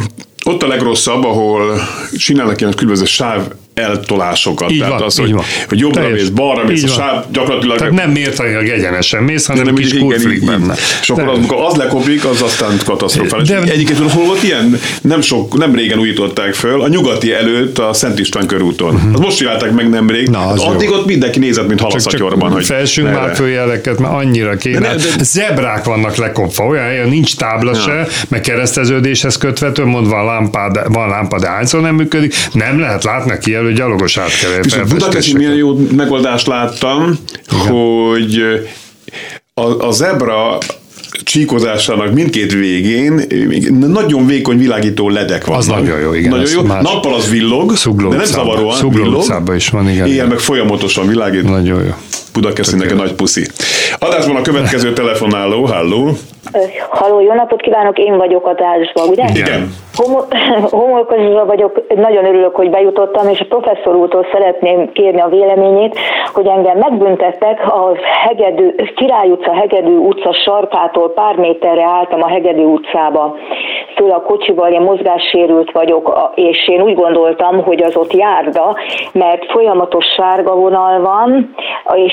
ott a legrosszabb, ahol csinálnak ilyen különböző sáv eltolásokat. Így tehát van, az, így van. hogy jobbra mész, balra mész, a sáv gyakorlatilag... Tehát nem mértanilag egyenesen mész, hanem egy kis kurflik benne. És akkor amikor az lekopik, az aztán katasztrofális. Egyiket hol volt ilyen? Nem régen újították föl, a nyugati előtt a Szent István körúton. Az most csinálták meg nemrég. Addig ott mindenki nézett, mint halaszatyorban. Csak felsünk már följeleket, mert annyira kéne. Zebrák vannak lekopva, olyan helyen nincs tábla se, meg kereszteződéshez kötvető, mondva van lámpa, de hányszor nem működik, nem lehet látni ki elő, gyalogos átkelő. Viszont Budapesten milyen jó megoldást láttam, hogy a zebra csíkozásának mindkét végén nagyon vékony világító ledek vannak. Az nagyon jó, igen. Nagyon jó. Nappal az villog, de nem zavaróan Szugló utcában is van, igen. Ilyen meg folyamatosan világít. Nagyon jó. Budakesztinek egy nagy puszi. Adásban a következő telefonáló, halló. Halló, jó napot kívánok, én vagyok adásban, ugye? Igen. Homolkozsra vagyok, nagyon örülök, hogy bejutottam, és a professzor úrtól szeretném kérni a véleményét, hogy engem megbüntettek a Király utca, Hegedű utca sarkától pár méterre álltam a Hegedű utcába. Tőle a kocsival, én mozgássérült vagyok, és én úgy gondoltam, hogy az ott járda, mert folyamatos sárga vonal van, és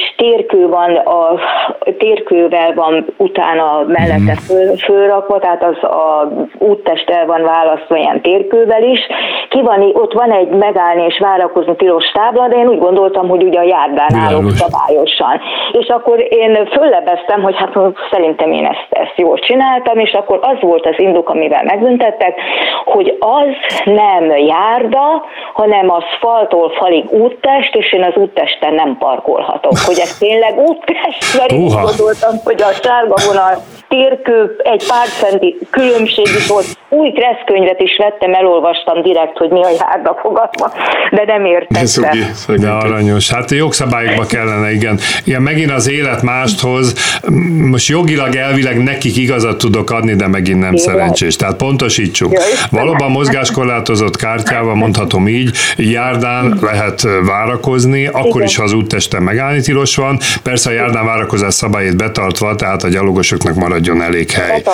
térkővel van utána mellette fölrakva, tehát az a úttest el van választva ilyen térkővel is. Ott van egy megállni és várakozni tilos tábla, de én úgy gondoltam, hogy ugye a járdán állok szabályosan. És akkor én föllebeztem, hogy hát szerintem én ezt jól csináltam, és akkor az volt az indok, amivel megbüntettek, hogy az nem járda, hanem az faltól falig úttest, és én az úttesten nem parkolhatok. Hogy ez tényleg úttest, mert én gondoltam, hogy a sárga vonal térkő egy pár centi különbség is volt. Új kresszkönyvet is vettem, elolvastam direkt, hogy mi a járda fogalma, de nem értettem. De aranyos. Hát a jogszabályokba kellene, igen. Igen, megint az élet mást hoz. Most jogilag, elvileg nekik igazat tudok adni, de megint nem szerencsés. Tehát pontosítsuk. Valóban mozgáskorlátozott kártyával, mondhatom így, járdán lehet várakozni, akkor is, ha az úttesten megállni tilos van. Persze a járdán várakozás szabályait betartva, tehát a gyalogosoknak maradjon elég hely.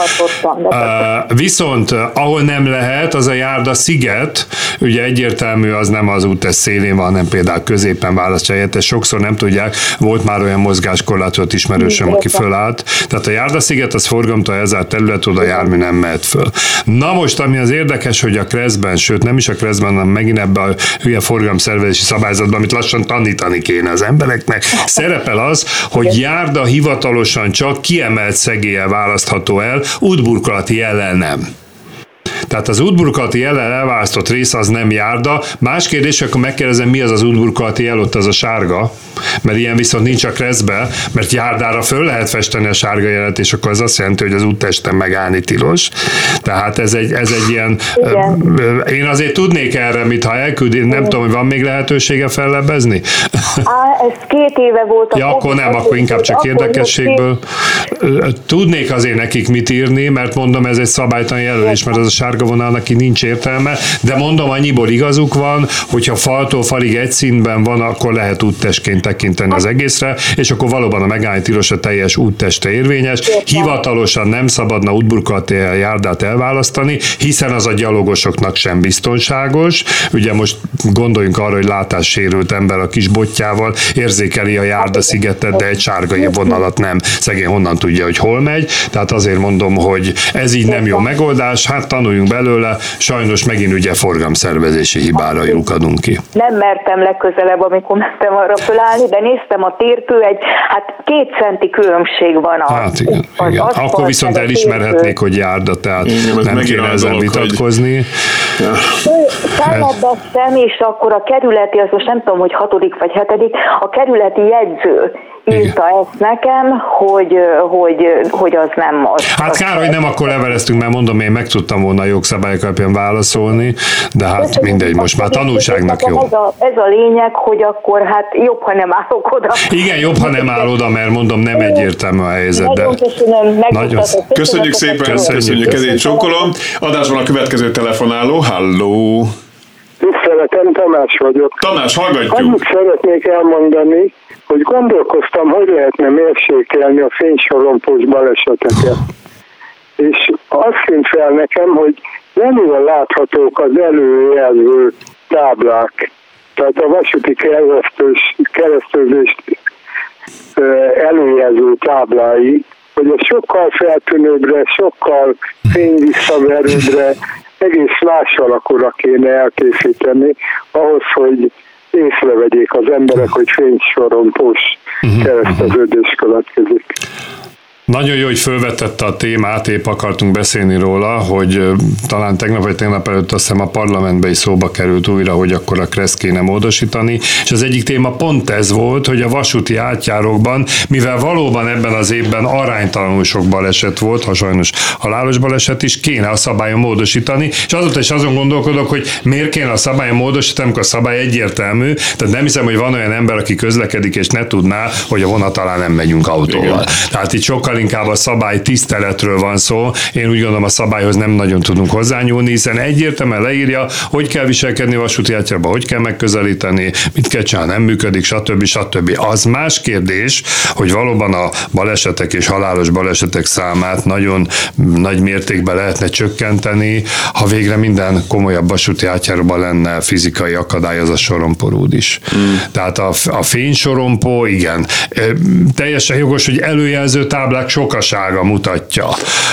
Viszont ahol nem lehet, az a járda sziget, ugye egyértelmű, az nem az úttest szélén van, hanem például középen választja helyett, ezt sokszor nem tudják, volt már olyan mozgáskorlátot ismerősöm, aki fölállt. Tehát a járdasziget az forgalomtól elzárt terület, oda jármű nem mehet föl. Na most, ami az érdekes, hogy a KRESZ-ben, sőt nem is a KRESZ-ben, hanem megint ebben a hülye forgalomszervezési szabályzatban, amit lassan tanítani kéne az embereknek, szerepel az, hogy járda hivatalosan csak kiemelt szegéllyel választható el, útburkolati jellel nem. Tehát az útburkolati jellel elválasztott rész az nem járda. Más kérdés, akkor megkérdezem, mi az az útburkolati jel, ott az a sárga, mert ilyen viszont nincs a KRESZ-be, mert járdára föl lehet festeni a sárga jelet, és akkor az azt jelenti, hogy az úttesten megállni tilos. Tehát ez egy ilyen... Én azért tudnék erre, mintha elküldi, nem tudom, hogy van még lehetősége fellebbezni? Ez 2 éve volt. Ja, akkor nem, akkor inkább csak érdekességből. Tudnék azért nekik mit írni, mert mondom, ez egy szabálytalan jelölés, mert az a sárga vonalnak így nincs értelme, de mondom, annyiból igazuk van, hogyha faltól falig egy színben van, akkor lehet úttestként tekinteni az egészre, és akkor valóban a megállni tilos a teljes útteste érvényes. Hivatalosan nem szabadna útburkolati járdát elválasztani, hiszen az a gyalogosoknak sem biztonságos. Ugye most gondoljunk arra, hogy látássérült ember a kis botjával érzékeli a járdaszigetet, de egy sárga vonalat nem. Szegény honnan tudja, hogy hol megy. Tehát azért mondom, hogy ez így nem jó megoldás. Hát tanuljunk belőle, sajnos megint ugye forgalomszervezési hibára lyukadunk ki. Nem mertem legközelebb, amikor mentem arra fölállni, de néztem a térkő, 2 centi különbség van. Hát igen. Akkor viszont elismerhetnék, hogy járda, tehát nem kéne ezen vitatkozni. Támadva sem, és akkor a kerületi, az most nem tudom, hogy 6. vagy 7. a kerületi jegyző írta ezt nekem, hogy az nem az. Hát kár, hogy nem akkor leveleztünk, mert mondom, én meg tudtam volna a jogszabályok alapján válaszolni, de hát mindegy, most már tanulságnak jó. Ez a lényeg, hogy akkor hát jobb, ha nem állok oda. Igen, jobb, ha nem áll oda, mert mondom, nem egyértelmű a helyzet. Nagyon köszönöm, köszönjük szépen, köszönjük, kezét csókolom. Adásban a következő telefonáló, halló. Tiszteletem, Tamás vagyok. Tamás, hallgatjuk. Annyit szeretnék elmondani, hogy gondolkoztam, hogy lehetne mérsékelni a fénysorompós baleseteket. És azt tűnt fel nekem, hogy mennyivel láthatók az előjelző táblák, tehát a vasúti keresztezést előjelző táblái, hogy ez sokkal feltűnőbbre, sokkal fényvisszaverőbbre, egész más alakúra kéne elkészíteni, ahhoz, hogy észrevegyék az emberek, hogy fénysorompós kereszteződés következik. Nagyon jó, hogy felvetette a témát, épp akartunk beszélni róla, hogy talán tegnap vagy tegnap előtt azt hiszem a parlamentbe is szóba került újra, hogy akkor a KRESZ kéne módosítani, és az egyik téma pont ez volt, hogy a vasúti átjárókban, mivel valóban ebben az évben aránytalanul sok baleset volt, ha sajnos halálos baleset is, kéne a szabályon módosítani, és azóta is azon gondolkodok, hogy miért kéne a szabályon módosítani, amikor a szabály egyértelmű, tehát nem hiszem, hogy van olyan ember, aki közlekedik, és ne tudná, hogy a vonat alá nem megyünk autóval. Igen. Tehát itt sokkal inkább a szabály tiszteletről van szó. Én úgy gondolom, a szabályhoz nem nagyon tudunk hozzányúlni, hiszen egyértelműen leírja, hogy kell viselkedni a vasúti átjáróban, hogy kell megközelíteni, mit kell csinálni, nem működik, stb. Az más kérdés, hogy valóban a balesetek és halálos balesetek számát nagyon nagy mértékben lehetne csökkenteni, ha végre minden komolyabb vasúti átjáróban lenne fizikai akadály, az a sorompóút is. Tehát a fénysorompó, igen, teljesen jogos, hogy előjelző táblák sokasága mutatja.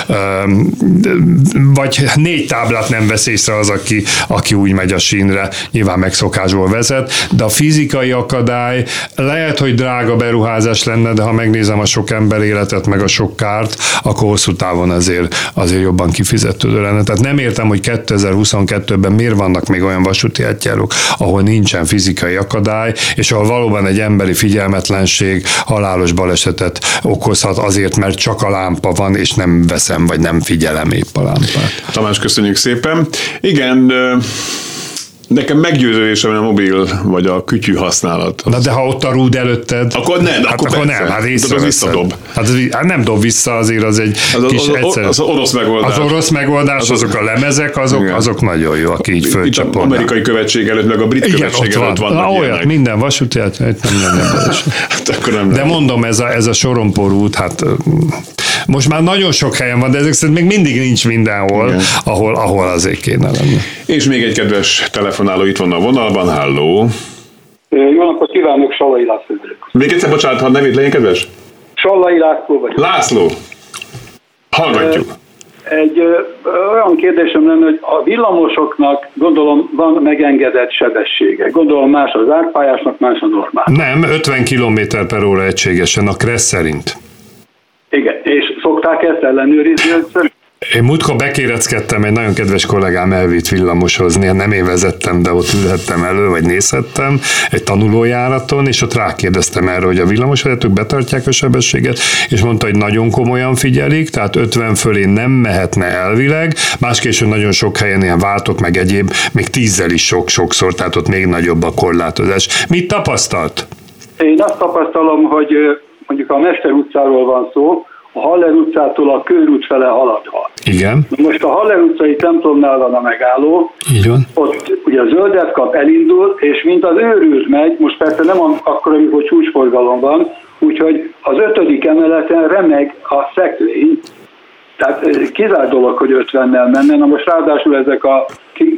Vagy 4 táblát nem vesz észre az, aki úgy megy a sínre, nyilván megszokásból vezet, de a fizikai akadály lehet, hogy drága beruházás lenne, de ha megnézem a sok ember életet, meg a sok kárt, akkor hosszú távon azért jobban kifizetődő lenne. Tehát nem értem, hogy 2022-ben miért vannak még olyan vasúti átjárók, ahol nincsen fizikai akadály, és ahol valóban egy emberi figyelmetlenség halálos balesetet okozhat azért, mert csak a lámpa van, és nem veszem, vagy nem figyelem épp a lámpát. Tamás, köszönjük szépen. Igen, nekem meggyőződésem a mobil vagy a kütyű használat. Na de ha ott a rúd előtted, akkor nem, akkor nem. Hát visszadob. Hát nem dob vissza, azért az egy kis egyszer. Az orosz megoldás. Az orosz megoldás, azok a lemezek, azok nagyon jó, aki így fölcsapodnak. Itt amerikai követség előtt, meg a brit követség előtt vannak ilyenek. Olyan, minden vasúti, hát nem lenne. Hát akkor nem. De mondom, ez a sorompó rút, hát most már nagyon sok helyen van, de ezek szerint még mindig nincs mindenhol, ahol azért kéne lenni. És még egy kedves telefonáló itt van a vonalban, halló. Jó napot kívánok, Sallai László vagyok. Még egyszer, bocsánat, ha nevét legyen kedves? Sallai László vagyok. László, hallgatjuk. Egy olyan kérdésem lenne, hogy a villamosoknak gondolom van megengedett sebessége. Gondolom más az árpályásnak, más a normál. Nem, 50 km/h egységesen, a KRESZ szerint. Igen, és szokták ezt ellenőrizni? Én múltkor bekéreckedtem, egy nagyon kedves kollégám elvitt villamoshozni, nem én vezettem, de ott ülhettem elő, vagy nézhettem egy tanulójáraton, és ott rákérdeztem erre, hogy a villamosvezetők betartják a sebességet, és mondta, hogy nagyon komolyan figyelik, tehát 50 fölé nem mehetne elvileg, máskésőbb nagyon sok helyen ilyen váltok, meg egyéb, még 10-zel is sokszor, tehát ott még nagyobb a korlátozás. Mit tapasztalt? Én azt tapasztalom, hogy mondjuk a Mester utcáról van szó, a Haller utcától a Körút fele haladva. Igen. Most a Haller utcai templomnál van a megálló. Így van. Ott ugye a zöldet kap, elindul, és mint az őrült megy, most persze nem akkor, amikor csúcsforgalom van, úgyhogy az 5. emeleten remeg a szekrény, tehát kizárt dolog, hogy 50-nel menne. Na most ráadásul ezek a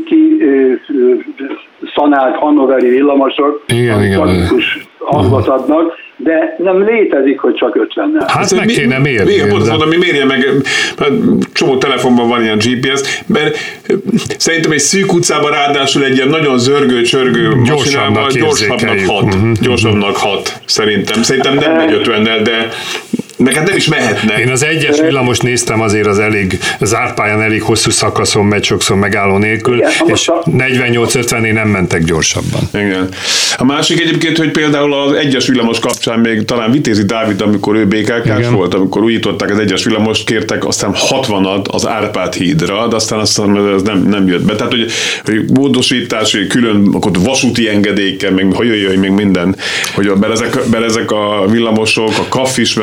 szanált hannoveri villamosok, klasszikus hangot adnak, de nem létezik, hogy csak 50-nel. Hát meg kéne mérni. Igen, pont mondom, mi mérje meg, csomó telefonban van ilyen GPS, mert szerintem egy szűk utcában ráadásul egy ilyen nagyon zörgő-csörgő masinával gyorsabbnak hat, szerintem nem megy 50-nel, de neked nem is mehetne. Én az 1-es villamos néztem, azért az elég, az árpályán elég hosszú szakaszon megy sokszor megálló nélkül, igen, és 48-50-nél nem mentek gyorsabban. Igen. A másik egyébként, hogy például az 1-es villamos kapcsán még talán Vitézi Dávid, amikor ő BKK-s volt, amikor újították az 1-es villamost, kértek aztán 60-at az Árpád hídra, de aztán ez nem jött be. Tehát, hogy módosítás, hogy külön akkor vasúti engedélyekkel, meg hajójöjj, még minden, hogy berezek a villamosok, a kaffis, meg a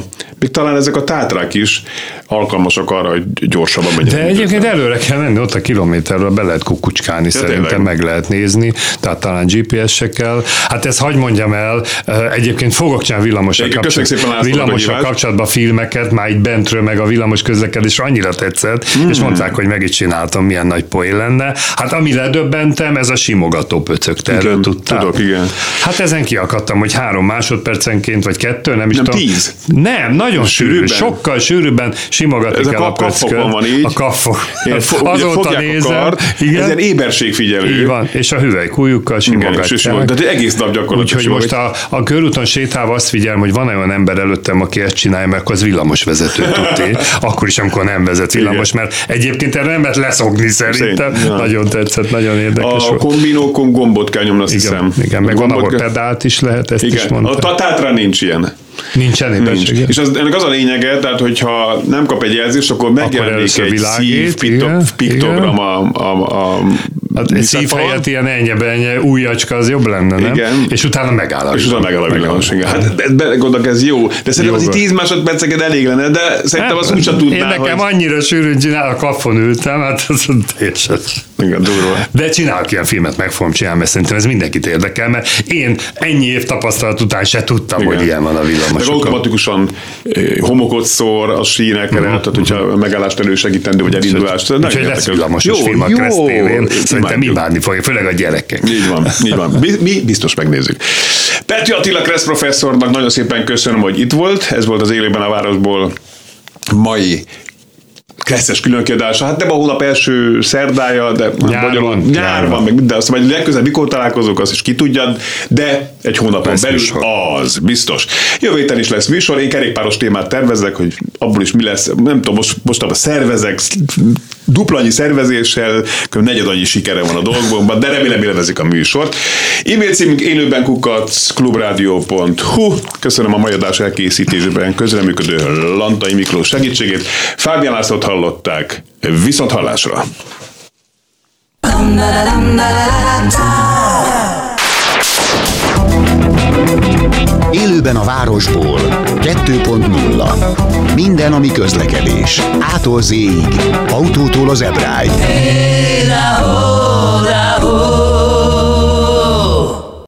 még talán ezek a tátrák is alkalmasak arra, hogy gyorsabban menjenek. De egyébként előre kell menni, ott a kilométerről be lehet kukucskálni, szerintem meg lehet nézni, tehát talán GPS-se kell. Hát ezt hadd mondjam el, egyébként fogok csinálni villamossal kapcsolatban filmeket, már így bentről meg a villamos közlekedés annyira tetszett, és mondták, hogy meg is csináltam, milyen nagy poén lenne. Hát ami ledöbbentem, ez a simogató pöcög. Te erről tudtál? Tudok, igen. Hát ezen kiakadtam, hogy 3 másodpercenként, vagy 2, nem is tudom. 10. Nem, nagyon sűrűbben. Sokkal sűrűbben simogatni kell a pöcköt. Van így. A kaffok. Azóta nézem. Igen. Ez ilyen éberségfigyelő. Így van, és a hüvelykújukkal simogatják. Tehát egész nap gyakorlatilag. Úgyhogy most a körúton sétálva azt figyelem, hogy van olyan ember előttem, aki ezt csinálja, mert akkor az villamosvezető tudni. Akkor is, amikor nem vezet villamos, mert egyébként erre nem lehet leszokni szerintem. Nagyon tetszett, nagyon érdekes. A kombinókon gombot kell nyomni, azt hiszem. Igen, meg van, ahol pedált is lehet, ezt is mondta. A Tátrán nincs ilyen. Nincs. És ennek az a lényege, tehát hogyha nem kap egy jelzést, akkor megjelenik egy szív, piktogram a szív helyett ilyen ennyi ujjacska, az jobb lenne, nem? Igen. És utána megáll a villamos. Hát gondolok, ez jó. De szerintem az 10 másodperceket elég lenne, de szerintem azt úgysem tudná, én nekem annyira sűrűn csinál, a kaffon ültem, hát az teljesen. Igen, durva. De csinálok ilyen filmet, meg fogom csinálni, mert szerintem ez mindenkit érdekel, mert én ennyi év tapasztalat után se tudtam, hogy ilyen van a villamosokon. Meg automatikusan homokot szór a sínekre, tehát hogyha megállást elősegítendő, vagy elindulást. Úgyhogy lesz villamosos film a Kressz TV-n. Szerintem imádni fogja, főleg a gyerekek. Így van. Mi biztos megnézzük. Pető Attila Kressz professzornak nagyon szépen köszönöm, hogy itt volt. Ez volt az Élőben a városból mai Kresszes különkiadása. Hát nem a hónap első szerdája, de nyár van, meg minden, azt mondja, hogy legközelebb mikor találkozunk, azt is ki tudja, de egy hónapon belül az biztos. Jövő héten is lesz műsor, én kerékpáros témát tervezek, hogy abból is mi lesz, nem tudom, most szervezek, dupla annyi szervezéssel, negyed annyi sikere van a dolgokban, de remélem élvezik a műsort. E-mail címünk élőbenkukac.clubradio.hu. Köszönöm a mai adás elkészítésében közreműködő Lantai Miklós segítségét. Fábián Lászlót hallották. Viszont hallásra! Élőben a városból 2.0. Minden, ami közlekedés. A-tól Z-ig. Autótól az Ebráig.